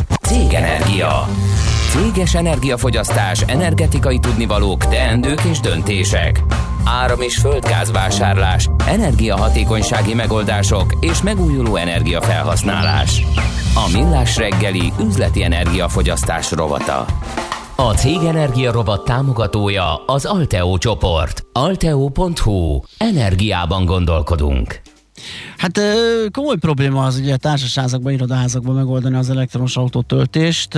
Cégenergia. Céges energiafogyasztás, energetikai tudnivalók, teendők és döntések. Áram- és földgázvásárlás, energiahatékonysági megoldások és megújuló energiafelhasználás. A Millás reggeli üzleti energiafogyasztás rovata. A Cégenergia rovat támogatója az Alteo csoport. alteo pont hu. Energiában gondolkodunk. Hát komoly probléma az ugye társasházakban, irodaházakban megoldani az elektromos autótöltést,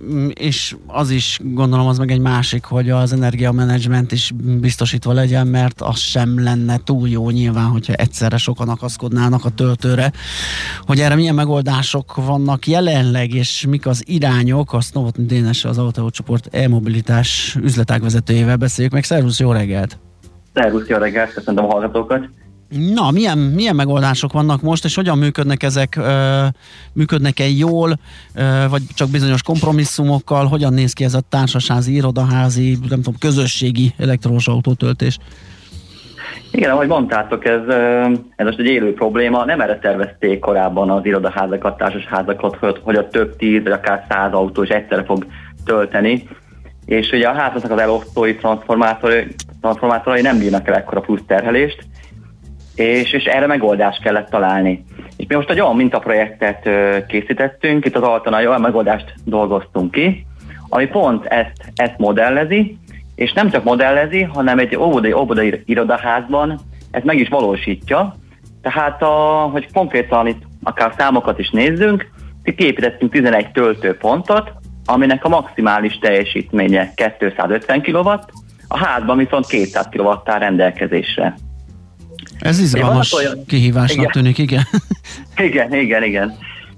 és az is gondolom az meg egy másik, hogy az energiamenedzsment is biztosítva legyen, mert az sem lenne túl jó nyilván, hogyha egyszerre sokan akaszkodnának a töltőre. Hogy erre milyen megoldások vannak jelenleg, és mik az irányok, azt Novotny Dénessel, az Auto Csoport e-mobilitás üzletágvezetőjével beszéljük meg. Szervusz, jó reggelt! Szervusz, jó reggelt, köszöntöm a hallgatókat! Na, milyen, milyen megoldások vannak most, és hogyan működnek ezek? Ö, működnek-e jól, ö, vagy csak bizonyos kompromisszumokkal? Hogyan néz ki ez a társasházi, irodaházi, nem tudom, közösségi elektromos autótöltés? Igen, ahogy mondtátok, ez, ez most egy élő probléma. Nem erre tervezték korábban az irodaházakat, társasházakat, hogy, hogy a több tíz, vagy akár száz autó is egyszerre fog tölteni. És ugye a házaknak az elosztói transformátorai, transformátorai nem bírnak el ekkora plusz terhelést, És, és erre megoldást kellett találni. És mi most egy olyan mintaprojektet készítettünk, itt az Altanai olyan megoldást dolgoztunk ki, ami pont ezt, ezt modellezi, és nem csak modellezi, hanem egy óvodai, óvodai irodaházban ezt meg is valósítja. Tehát, a, hogy konkrétan itt akár számokat is nézzünk, képítettünk tizenegy töltőpontot, aminek a maximális teljesítménye kétszázötven kilowatt, a házban viszont kétszáz kilowatt áll rendelkezésre. Ez izgalmas olyan kihívásnak igen. tűnik, igen. Igen, igen, igen.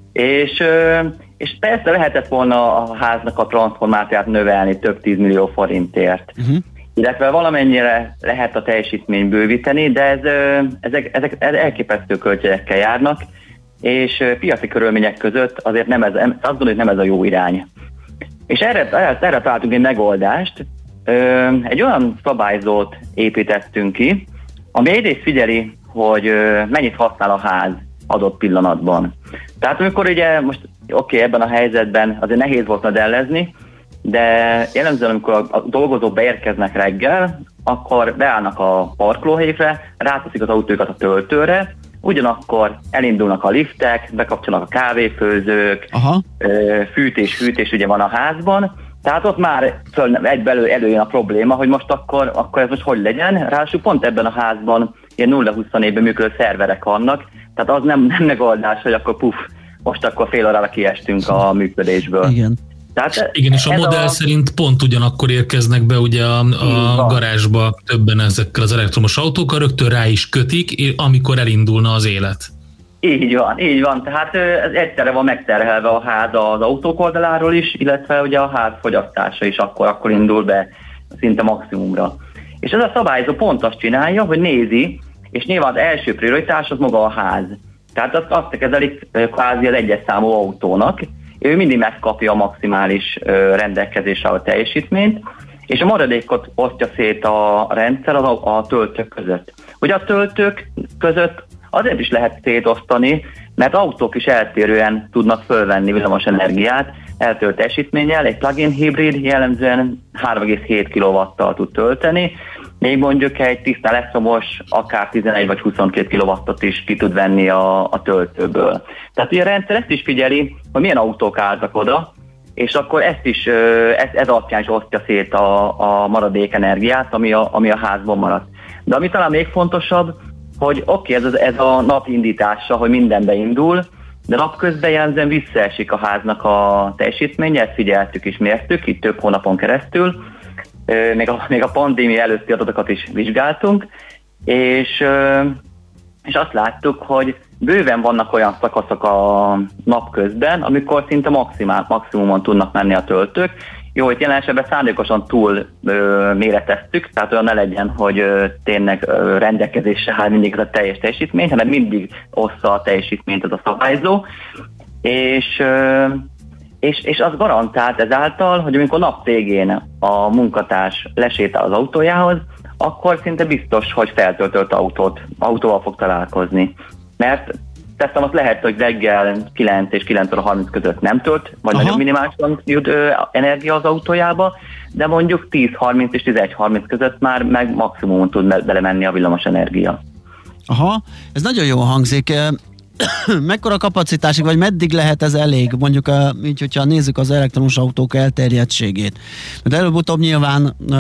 És, és persze lehetett volna a háznak a transformációját növelni több tízmillió forintért. Uh-huh. Illetve valamennyire lehet a teljesítményt bővíteni, de ez, ezek, ezek elképesztő költségekkel járnak, és piaci körülmények között azért nem ez, azt gondolom, hogy nem ez a jó irány. És erre, erre, erre találtunk egy megoldást. Egy olyan szabályzót építettünk ki, ami egyrészt figyeli, hogy mennyit használ a ház adott pillanatban. Tehát amikor ugye most oké, okay, ebben a helyzetben azért nehéz volt modellezni, de jellemzően amikor a, a dolgozók beérkeznek reggel, akkor beállnak a parkolóhelyre, ráteszik az autókat a töltőre, ugyanakkor elindulnak a liftek, bekapcsolnak a kávéfőzők, Aha. fűtés, fűtés ugye van a házban, tehát ott már egybelül előjön a probléma, hogy most akkor, akkor ez most hogy legyen. Ráadásul pont ebben a házban ilyen nulla huszonnégyben működő szerverek vannak, tehát az nem, nem megoldás, hogy akkor puf, most akkor fél órára kiestünk a működésből. Igen. Tehát igen, és a modell a... szerint pont ugyanakkor érkeznek be ugye a, a garázsba többen ezekkel az elektromos autókkal, rögtön rá is kötik, amikor elindulna az élet. Így van, így van. Tehát ez egyszerre van megterhelve a ház az autók oldaláról is, illetve ugye a ház fogyasztása is akkor, akkor indul be szinte maximumra. És ez a szabályozó pont azt csinálja, hogy nézi, és nyilván az első prioritás az maga a ház. Tehát azt, azt kezelik kvázi az egyes számú autónak, ő mindig megkapja a maximális rendelkezésre a teljesítményt, és a maradékot osztja szét a rendszer a, a töltők között. Ugye a töltők között azért is lehet szétosztani, mert autók is eltérően tudnak fölvenni villamos energiát, eltöltő teljesítménnyel, egy plug-in hibrid jellemzően három egész hét kilowattal tud tölteni, még mondjuk egy tiszta elektromos akár tizenegy vagy huszonkettő kilowattot is ki tud venni a, a töltőből. Tehát ugye a rendszer ezt is figyeli, hogy milyen autók álltak oda, és akkor ezt is, ez, ez alapján is osztja szét a, a maradék energiát, ami a, ami a házban maradt. De ami talán még fontosabb, hogy oké, okay, ez, ez a nap indítása, hogy minden beindul, de napközben jellemzően visszaesik a háznak a teljesítménye, ezt figyeltük és mértük itt több hónapon keresztül, még a, még a pandémia előtti adatokat is vizsgáltunk, és, és azt láttuk, hogy bőven vannak olyan szakaszok a napközben, amikor szinte maximál, maximumon tudnak menni a töltők. Jó, itt jelen esetben szándékosan túl ö, méreteztük, tehát olyan ne legyen, hogy ö, tényleg ö, rendelkezésre áll mindig a teljes teljesítmény, hanem mindig ossza a teljesítményt az a szabályzó, és, ö, és, és az garantált ezáltal, hogy amikor nap végén a munkatárs lesétál az autójához, akkor szinte biztos, hogy feltöltött autót, autóval fog találkozni. Mert teszem, azt lehet, hogy reggel kilenc és kilenc óra harminc között nem tölt, vagy Aha. nagyobb minimálisan jut ö, energia az autójába, de mondjuk tíz harminc és tizenegy harminc között már meg maximumon tud belemenni a villamos energia. Aha, ez nagyon jól hangzik. mekkora kapacitásig, vagy meddig lehet ez elég? Mondjuk a, így, hogyha nézzük az elektromos autók elterjedtségét. Mert előbb-utóbb nyilván uh,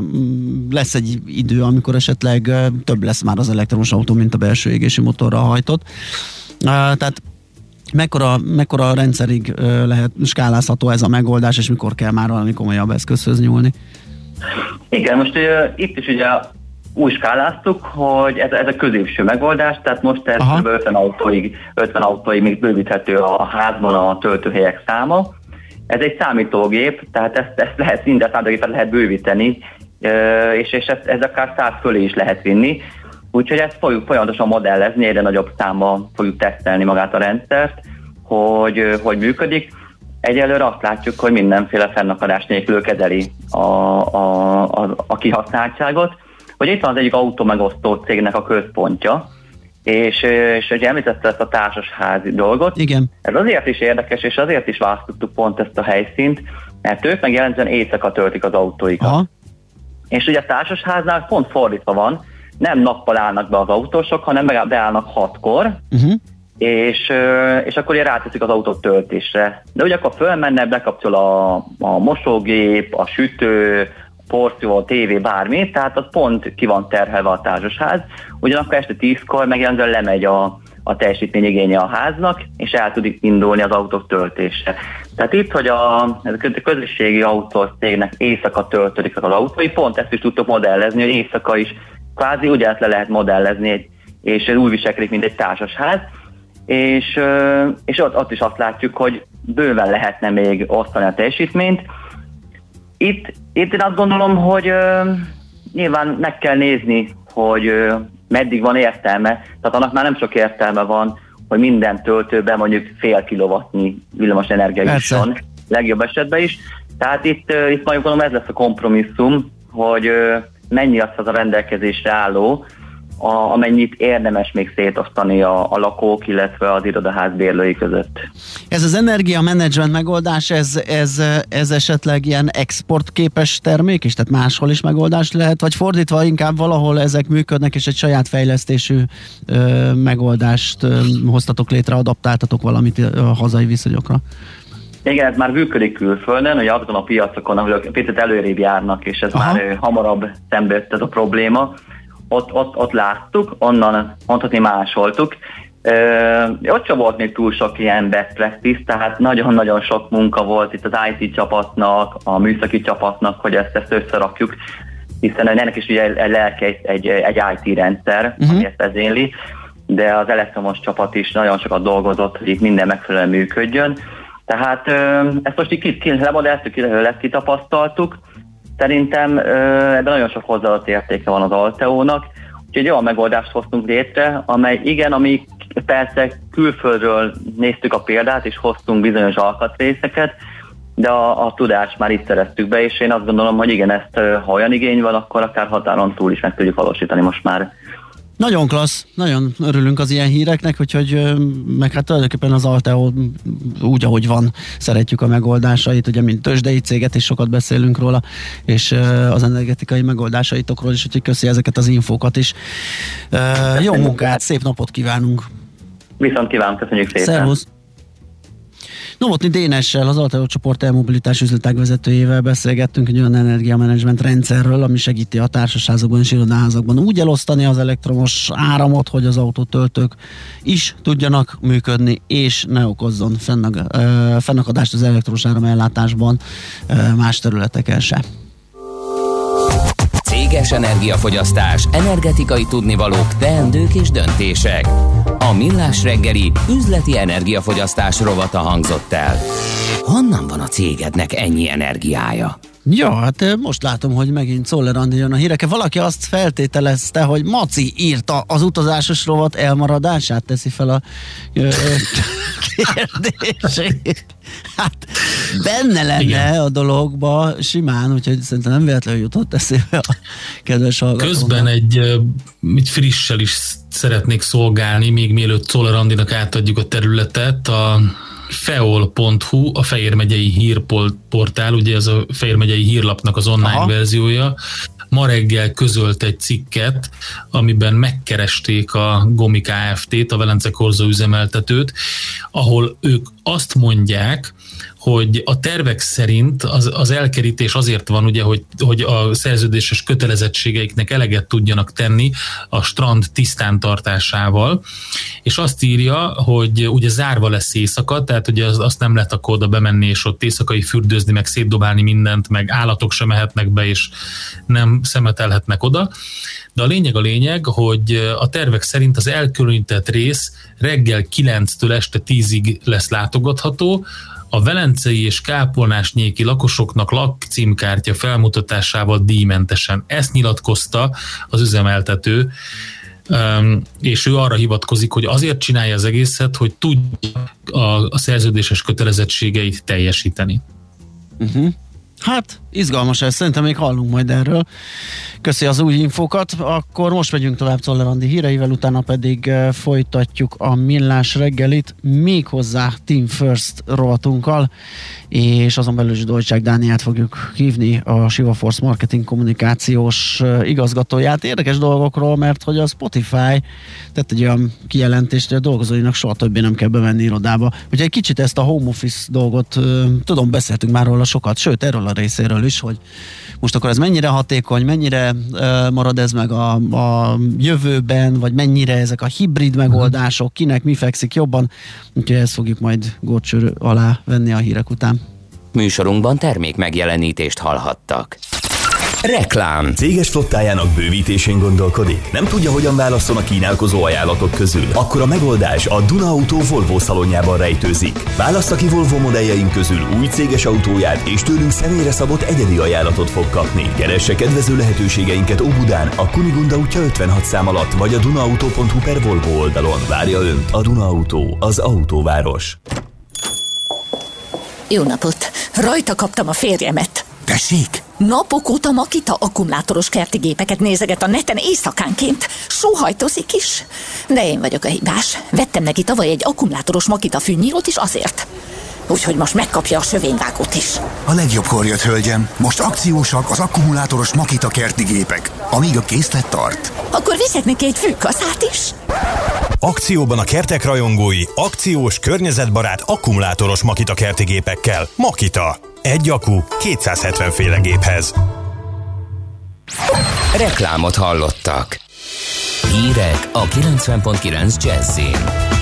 lesz egy idő, amikor esetleg uh, több lesz már az elektromos autó, mint a belső égési motorral hajtott. Uh, tehát mekkora, mekkora rendszerig uh, lehet skálázható ez a megoldás, és mikor kell már valami komolyabb eszközhöz nyúlni? Igen, most uh, itt is ugye úgy skáláztuk, hogy ez, ez a középső megoldás, tehát most ez kb. ötven autóig, ötven autóig még bővíthető a házban a töltőhelyek száma. Ez egy számítógép, tehát ezt, ezt lehet, minden számítógépet lehet bővíteni, és, és ezt, ez akár száz fölé is lehet vinni. Úgyhogy ezt fogjuk folyamatosan modellezni, egyre nagyobb számban fogjuk tesztelni magát a rendszert, hogy, hogy működik. Egyelőre azt látjuk, hogy mindenféle fennakadás nélkül kezeli a, a, a, a kihasználtságot. Hogy itt van az egyik autómegosztó cégnek a központja, és, és ugye említette ezt a társasházi dolgot. Igen. Ez azért is érdekes, és azért is választottuk pont ezt a helyszínt, mert ők meg jelentően éjszaka töltik az autóikat. Aha. És ugye a társasháznál pont fordítva van, nem nappal állnak be az autósok, hanem beállnak hatkor, uh-huh. és, és akkor ugye ráteszik az autót töltésre. De ugye akkor fölmenne, bekapcsol a, a mosógép, a sütő, porció, a tévé, bármi, tehát az pont ki van terhelve a társasház, ugyanakkor este tízkor megjelentően lemegy a, a teljesítményigénye a háznak, és el tud indulni az autók töltése. Tehát itt, hogy a, ez a közösségi autós cégnek éjszaka töltődik az autói, pont ezt is tudtok modellezni, hogy éjszaka is kvázi ugyanezt le lehet modellezni, és ez úgy viselkedik, mint egy társasház, és, és ott, ott is azt látjuk, hogy bőven lehetne még osztani a teljesítményt. Itt, itt én azt gondolom, hogy uh, nyilván meg kell nézni, hogy uh, meddig van értelme, tehát annak már nem sok értelme van, hogy minden töltőben mondjuk fél kilowattnyi villamos energia jusson, legjobb esetben is. Tehát itt, uh, itt majd gondolom ez lesz a kompromisszum, hogy uh, mennyi az az a rendelkezésre álló, a, amennyit érdemes még szétosztani a, a lakók, illetve az irodaház bérlői között. Ez az energiamenedzsment megoldás, ez, ez, ez esetleg ilyen exportképes termék is, tehát máshol is megoldás lehet, vagy fordítva inkább valahol ezek működnek, és egy saját fejlesztésű ö, megoldást ö, hoztatok létre, adaptáltatok valamit a hazai viszonyokra? Igen, ez már működik külföldön, hogy azon a piacokon, ahol picit előrébb járnak, és ez Aha. már hamarabb szembe jött ez a probléma. Ott, ott, ott láttuk, onnan mondhatni másoltuk. Ö, ott sem volt még túl sok ilyen best practice, tehát nagyon-nagyon sok munka volt itt az i té csapatnak, a műszaki csapatnak, hogy ezt, ezt összerakjuk, hiszen ennek is ugye egy lelke egy, egy, egy i té rendszer, uh-huh. ami ezt vezényli, de az elektromos csapat is nagyon sokat dolgozott, hogy itt minden megfelelően működjön. Tehát ö, ezt most így lemodelleztük, illetve kitapasztaltuk. Szerintem ebben nagyon sok hozzáadott értéke van az Alteónak, úgyhogy egy olyan megoldást hoztunk létre, amely igen, ami persze külföldről néztük a példát, és hoztunk bizonyos alkatrészeket, de a, a tudást már itt szereztük be, és én azt gondolom, hogy igen, ezt ha olyan igény van, akkor akár határon túl is meg tudjuk valósítani most már. Nagyon klassz, nagyon örülünk az ilyen híreknek, úgyhogy meg hát tulajdonképpen az Alteo úgy, ahogy van, szeretjük a megoldásait, ugye mint tőzsdei céget is sokat beszélünk róla, és az energetikai megoldásaitokról is, úgyhogy köszi ezeket az infókat is. Jó munkát, szép napot kívánunk! Viszont kívánunk, köszönjük szépen! Szervusz! Novotny Dénessel, az Alteo csoport elmobilitás üzletág vezetőjével beszélgettünk egy olyan energiamenedzsment rendszerről, ami segíti a társasházakban és irodaházakban úgy elosztani az elektromos áramot, hogy az autótöltők is tudjanak működni, és ne okozzon fennakadást az elektromos áramellátásban más területeken se. Céges energiafogyasztás, energetikai tudnivalók, teendők és döntések. A Millás reggeli üzleti energiafogyasztás rovata hangzott el. Honnan van a cégednek ennyi energiája? Ja, hát most látom, hogy megint Czoller Andi jön a híreke. Valaki azt feltételezte, hogy Maci írta az utazásos rovat elmaradását, teszi fel a kérdését. Hát benne lenne Igen. a dologba simán, úgyhogy szerintem nem véletlenül jutott eszébe a kedves hallgatónak. Közben egy, egy frissel is szeretnék szolgálni, még mielőtt Czoller Andinak átadjuk a területet. A feol pont hu, a Fejér megyei hírportál, ugye ez a Fejér megyei hírlapnak az online Aha. verziója. ma reggel közölt egy cikket, amiben megkeresték a Gomi Kft-t, a Velence Korzo üzemeltetőt, ahol ők azt mondják, hogy a tervek szerint az, az elkerítés azért van, ugye, hogy, hogy a szerződéses kötelezettségeiknek eleget tudjanak tenni a strand tisztántartásával, és azt írja, hogy ugye zárva lesz éjszaka, tehát ugye az, azt nem lehet akkor oda bemenni, és ott éjszakai fürdőzni, meg szétdobálni mindent, meg állatok sem mehetnek be, és nem szemetelhetnek oda. De a lényeg a lényeg, hogy a tervek szerint az elkülönített rész reggel kilenctől este tízig lesz látogatható, a velencei és kápolnásnyéki lakosoknak lakcímkártya felmutatásával díjmentesen. Ezt nyilatkozta az üzemeltető, és ő arra hivatkozik, hogy azért csinálja az egészet, hogy tudja a, a szerződéses kötelezettségeit teljesíteni. Uh-huh. Hát, izgalmas ez, szerintem még hallunk majd erről. Köszi az új infókat, akkor most megyünk tovább Czoller Andi híreivel, utána pedig uh, folytatjuk a millás reggelit, méghozzá Team First rovatunkkal, és azon belül is Dolcsák Dániát fogjuk hívni, a Siva Force marketing kommunikációs uh, igazgatóját. Érdekes dolgokról, mert hogy a Spotify tett egy olyan kijelentést, hogy a dolgozóinak soha többé nem kell bemenni irodába. Úgyhogy egy kicsit ezt a home office dolgot, uh, tudom, beszéltünk már róla sokat, sőt, erről a részéről is, hogy most akkor ez mennyire hatékony, mennyire uh, marad ez meg a, a jövőben, vagy mennyire ezek a hibrid megoldások, kinek mi fekszik jobban, úgyhogy ezt fogjuk majd górcső alá venni a hírek után. Műsorunkban termék megjelenítést hallhattak. Reklám. Céges flottájának bővítésén gondolkodik? Nem tudja, hogyan válasszon a kínálkozó ajánlatok közül? Akkor a megoldás a Duna Auto Volvo szalonjában rejtőzik. Válassza ki Volvo modelljeink közül új céges autóját, és tőlünk személyre szabott egyedi ajánlatot fog kapni. Keresse kedvező lehetőségeinket Óbudán, a Kunigunda útja ötvenhat szám alatt, vagy a dunaauto pont hu per Volvo oldalon. Várja Önt a Duna Auto, az autóváros. Jó napot! Rajta kaptam a férjemet. Tessék? Napok óta Makita akkumulátoros kerti gépeket nézeget a neten éjszakánként. Sóhajtozik is. De én vagyok a hibás. Vettem neki tavaly egy akkumulátoros Makita fűnyírót is azért. Úgyhogy most megkapja a sövényvágót is. A legjobbkor jött, hölgyem. Most akciósak az akkumulátoros Makita kerti gépek, amíg a készlet tart. Akkor viszek neki egy fűkaszát is. Akcióban a kertek rajongói, akciós, környezetbarát, akkumulátoros Makita kerti gépekkel. Makita. Egy akku kétszázhetven féle géphez. Reklámot hallottak. Hírek a kilencven pont kilenc Jazzin.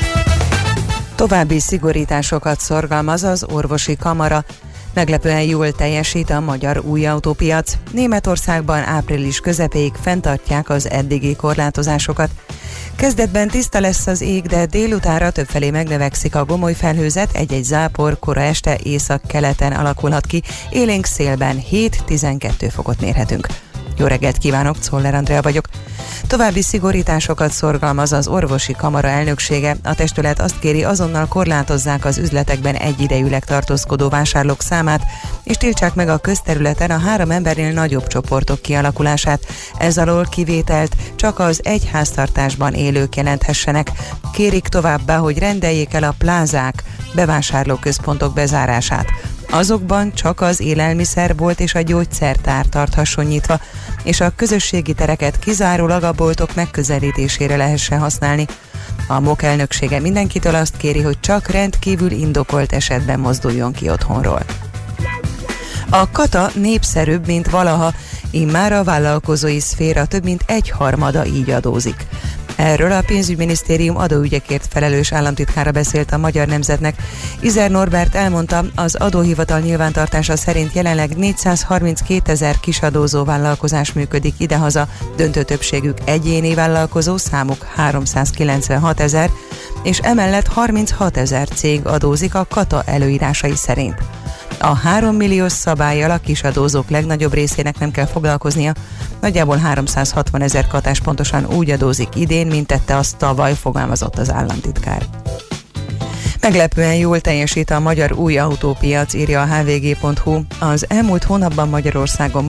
További szigorításokat szorgalmaz az orvosi kamara. Meglepően jól teljesít a magyar új autópiac. Németországban április közepéig fenntartják az eddigi korlátozásokat. Kezdetben tiszta lesz az ég, de délutára többfelé megnövekszik a gomoly felhőzet, egy-egy zápor kora este észak-keleten alakulhat ki, élénk szélben hét-tizenkét fokot mérhetünk. Jó reggelt kívánok, Czoller Andrea vagyok. További szigorításokat szorgalmaz az orvosi kamara elnöksége. A testület azt kéri, azonnal korlátozzák az üzletekben egyidejűleg tartózkodó vásárlók számát, és tiltsák meg a közterületen a három embernél nagyobb csoportok kialakulását. Ez alól kivételt csak az egy háztartásban élők jelenthessenek. Kérik továbbá, hogy rendeljék el a plázák, bevásárlóközpontok bezárását. Azokban csak az élelmiszerbolt és a gyógyszertár tarthasson nyitva, és a közösségi tereket kizárólag a boltok megközelítésére lehessen használni. A MOK elnöksége mindenkitől azt kéri, hogy csak rendkívül indokolt esetben mozduljon ki otthonról. A kata népszerűbb, mint valaha, immár a vállalkozói szféra több mint egyharmada így adózik. Erről a pénzügyminisztérium adóügyekért felelős államtitkára beszélt a Magyar Nemzetnek. Izer Norbert elmondta, az adóhivatal nyilvántartása szerint jelenleg négyszázharminckétezer kisadózó vállalkozás működik idehaza, döntő többségük egyéni vállalkozó, számuk háromszázkilencvenhatezer, és emellett harminchatezer cég adózik a kata előírásai szerint. A három milliós szabállyal a kisadózók legnagyobb részének nem kell foglalkoznia, nagyjából háromszázhatvanezer katás pontosan úgy adózik idén, mint tette azt tavaly, fogalmazott az államtitkár. Meglepően jól teljesít a magyar új autópiac, írja a há vé gé pont hú. Az elmúlt hónapban Magyarországon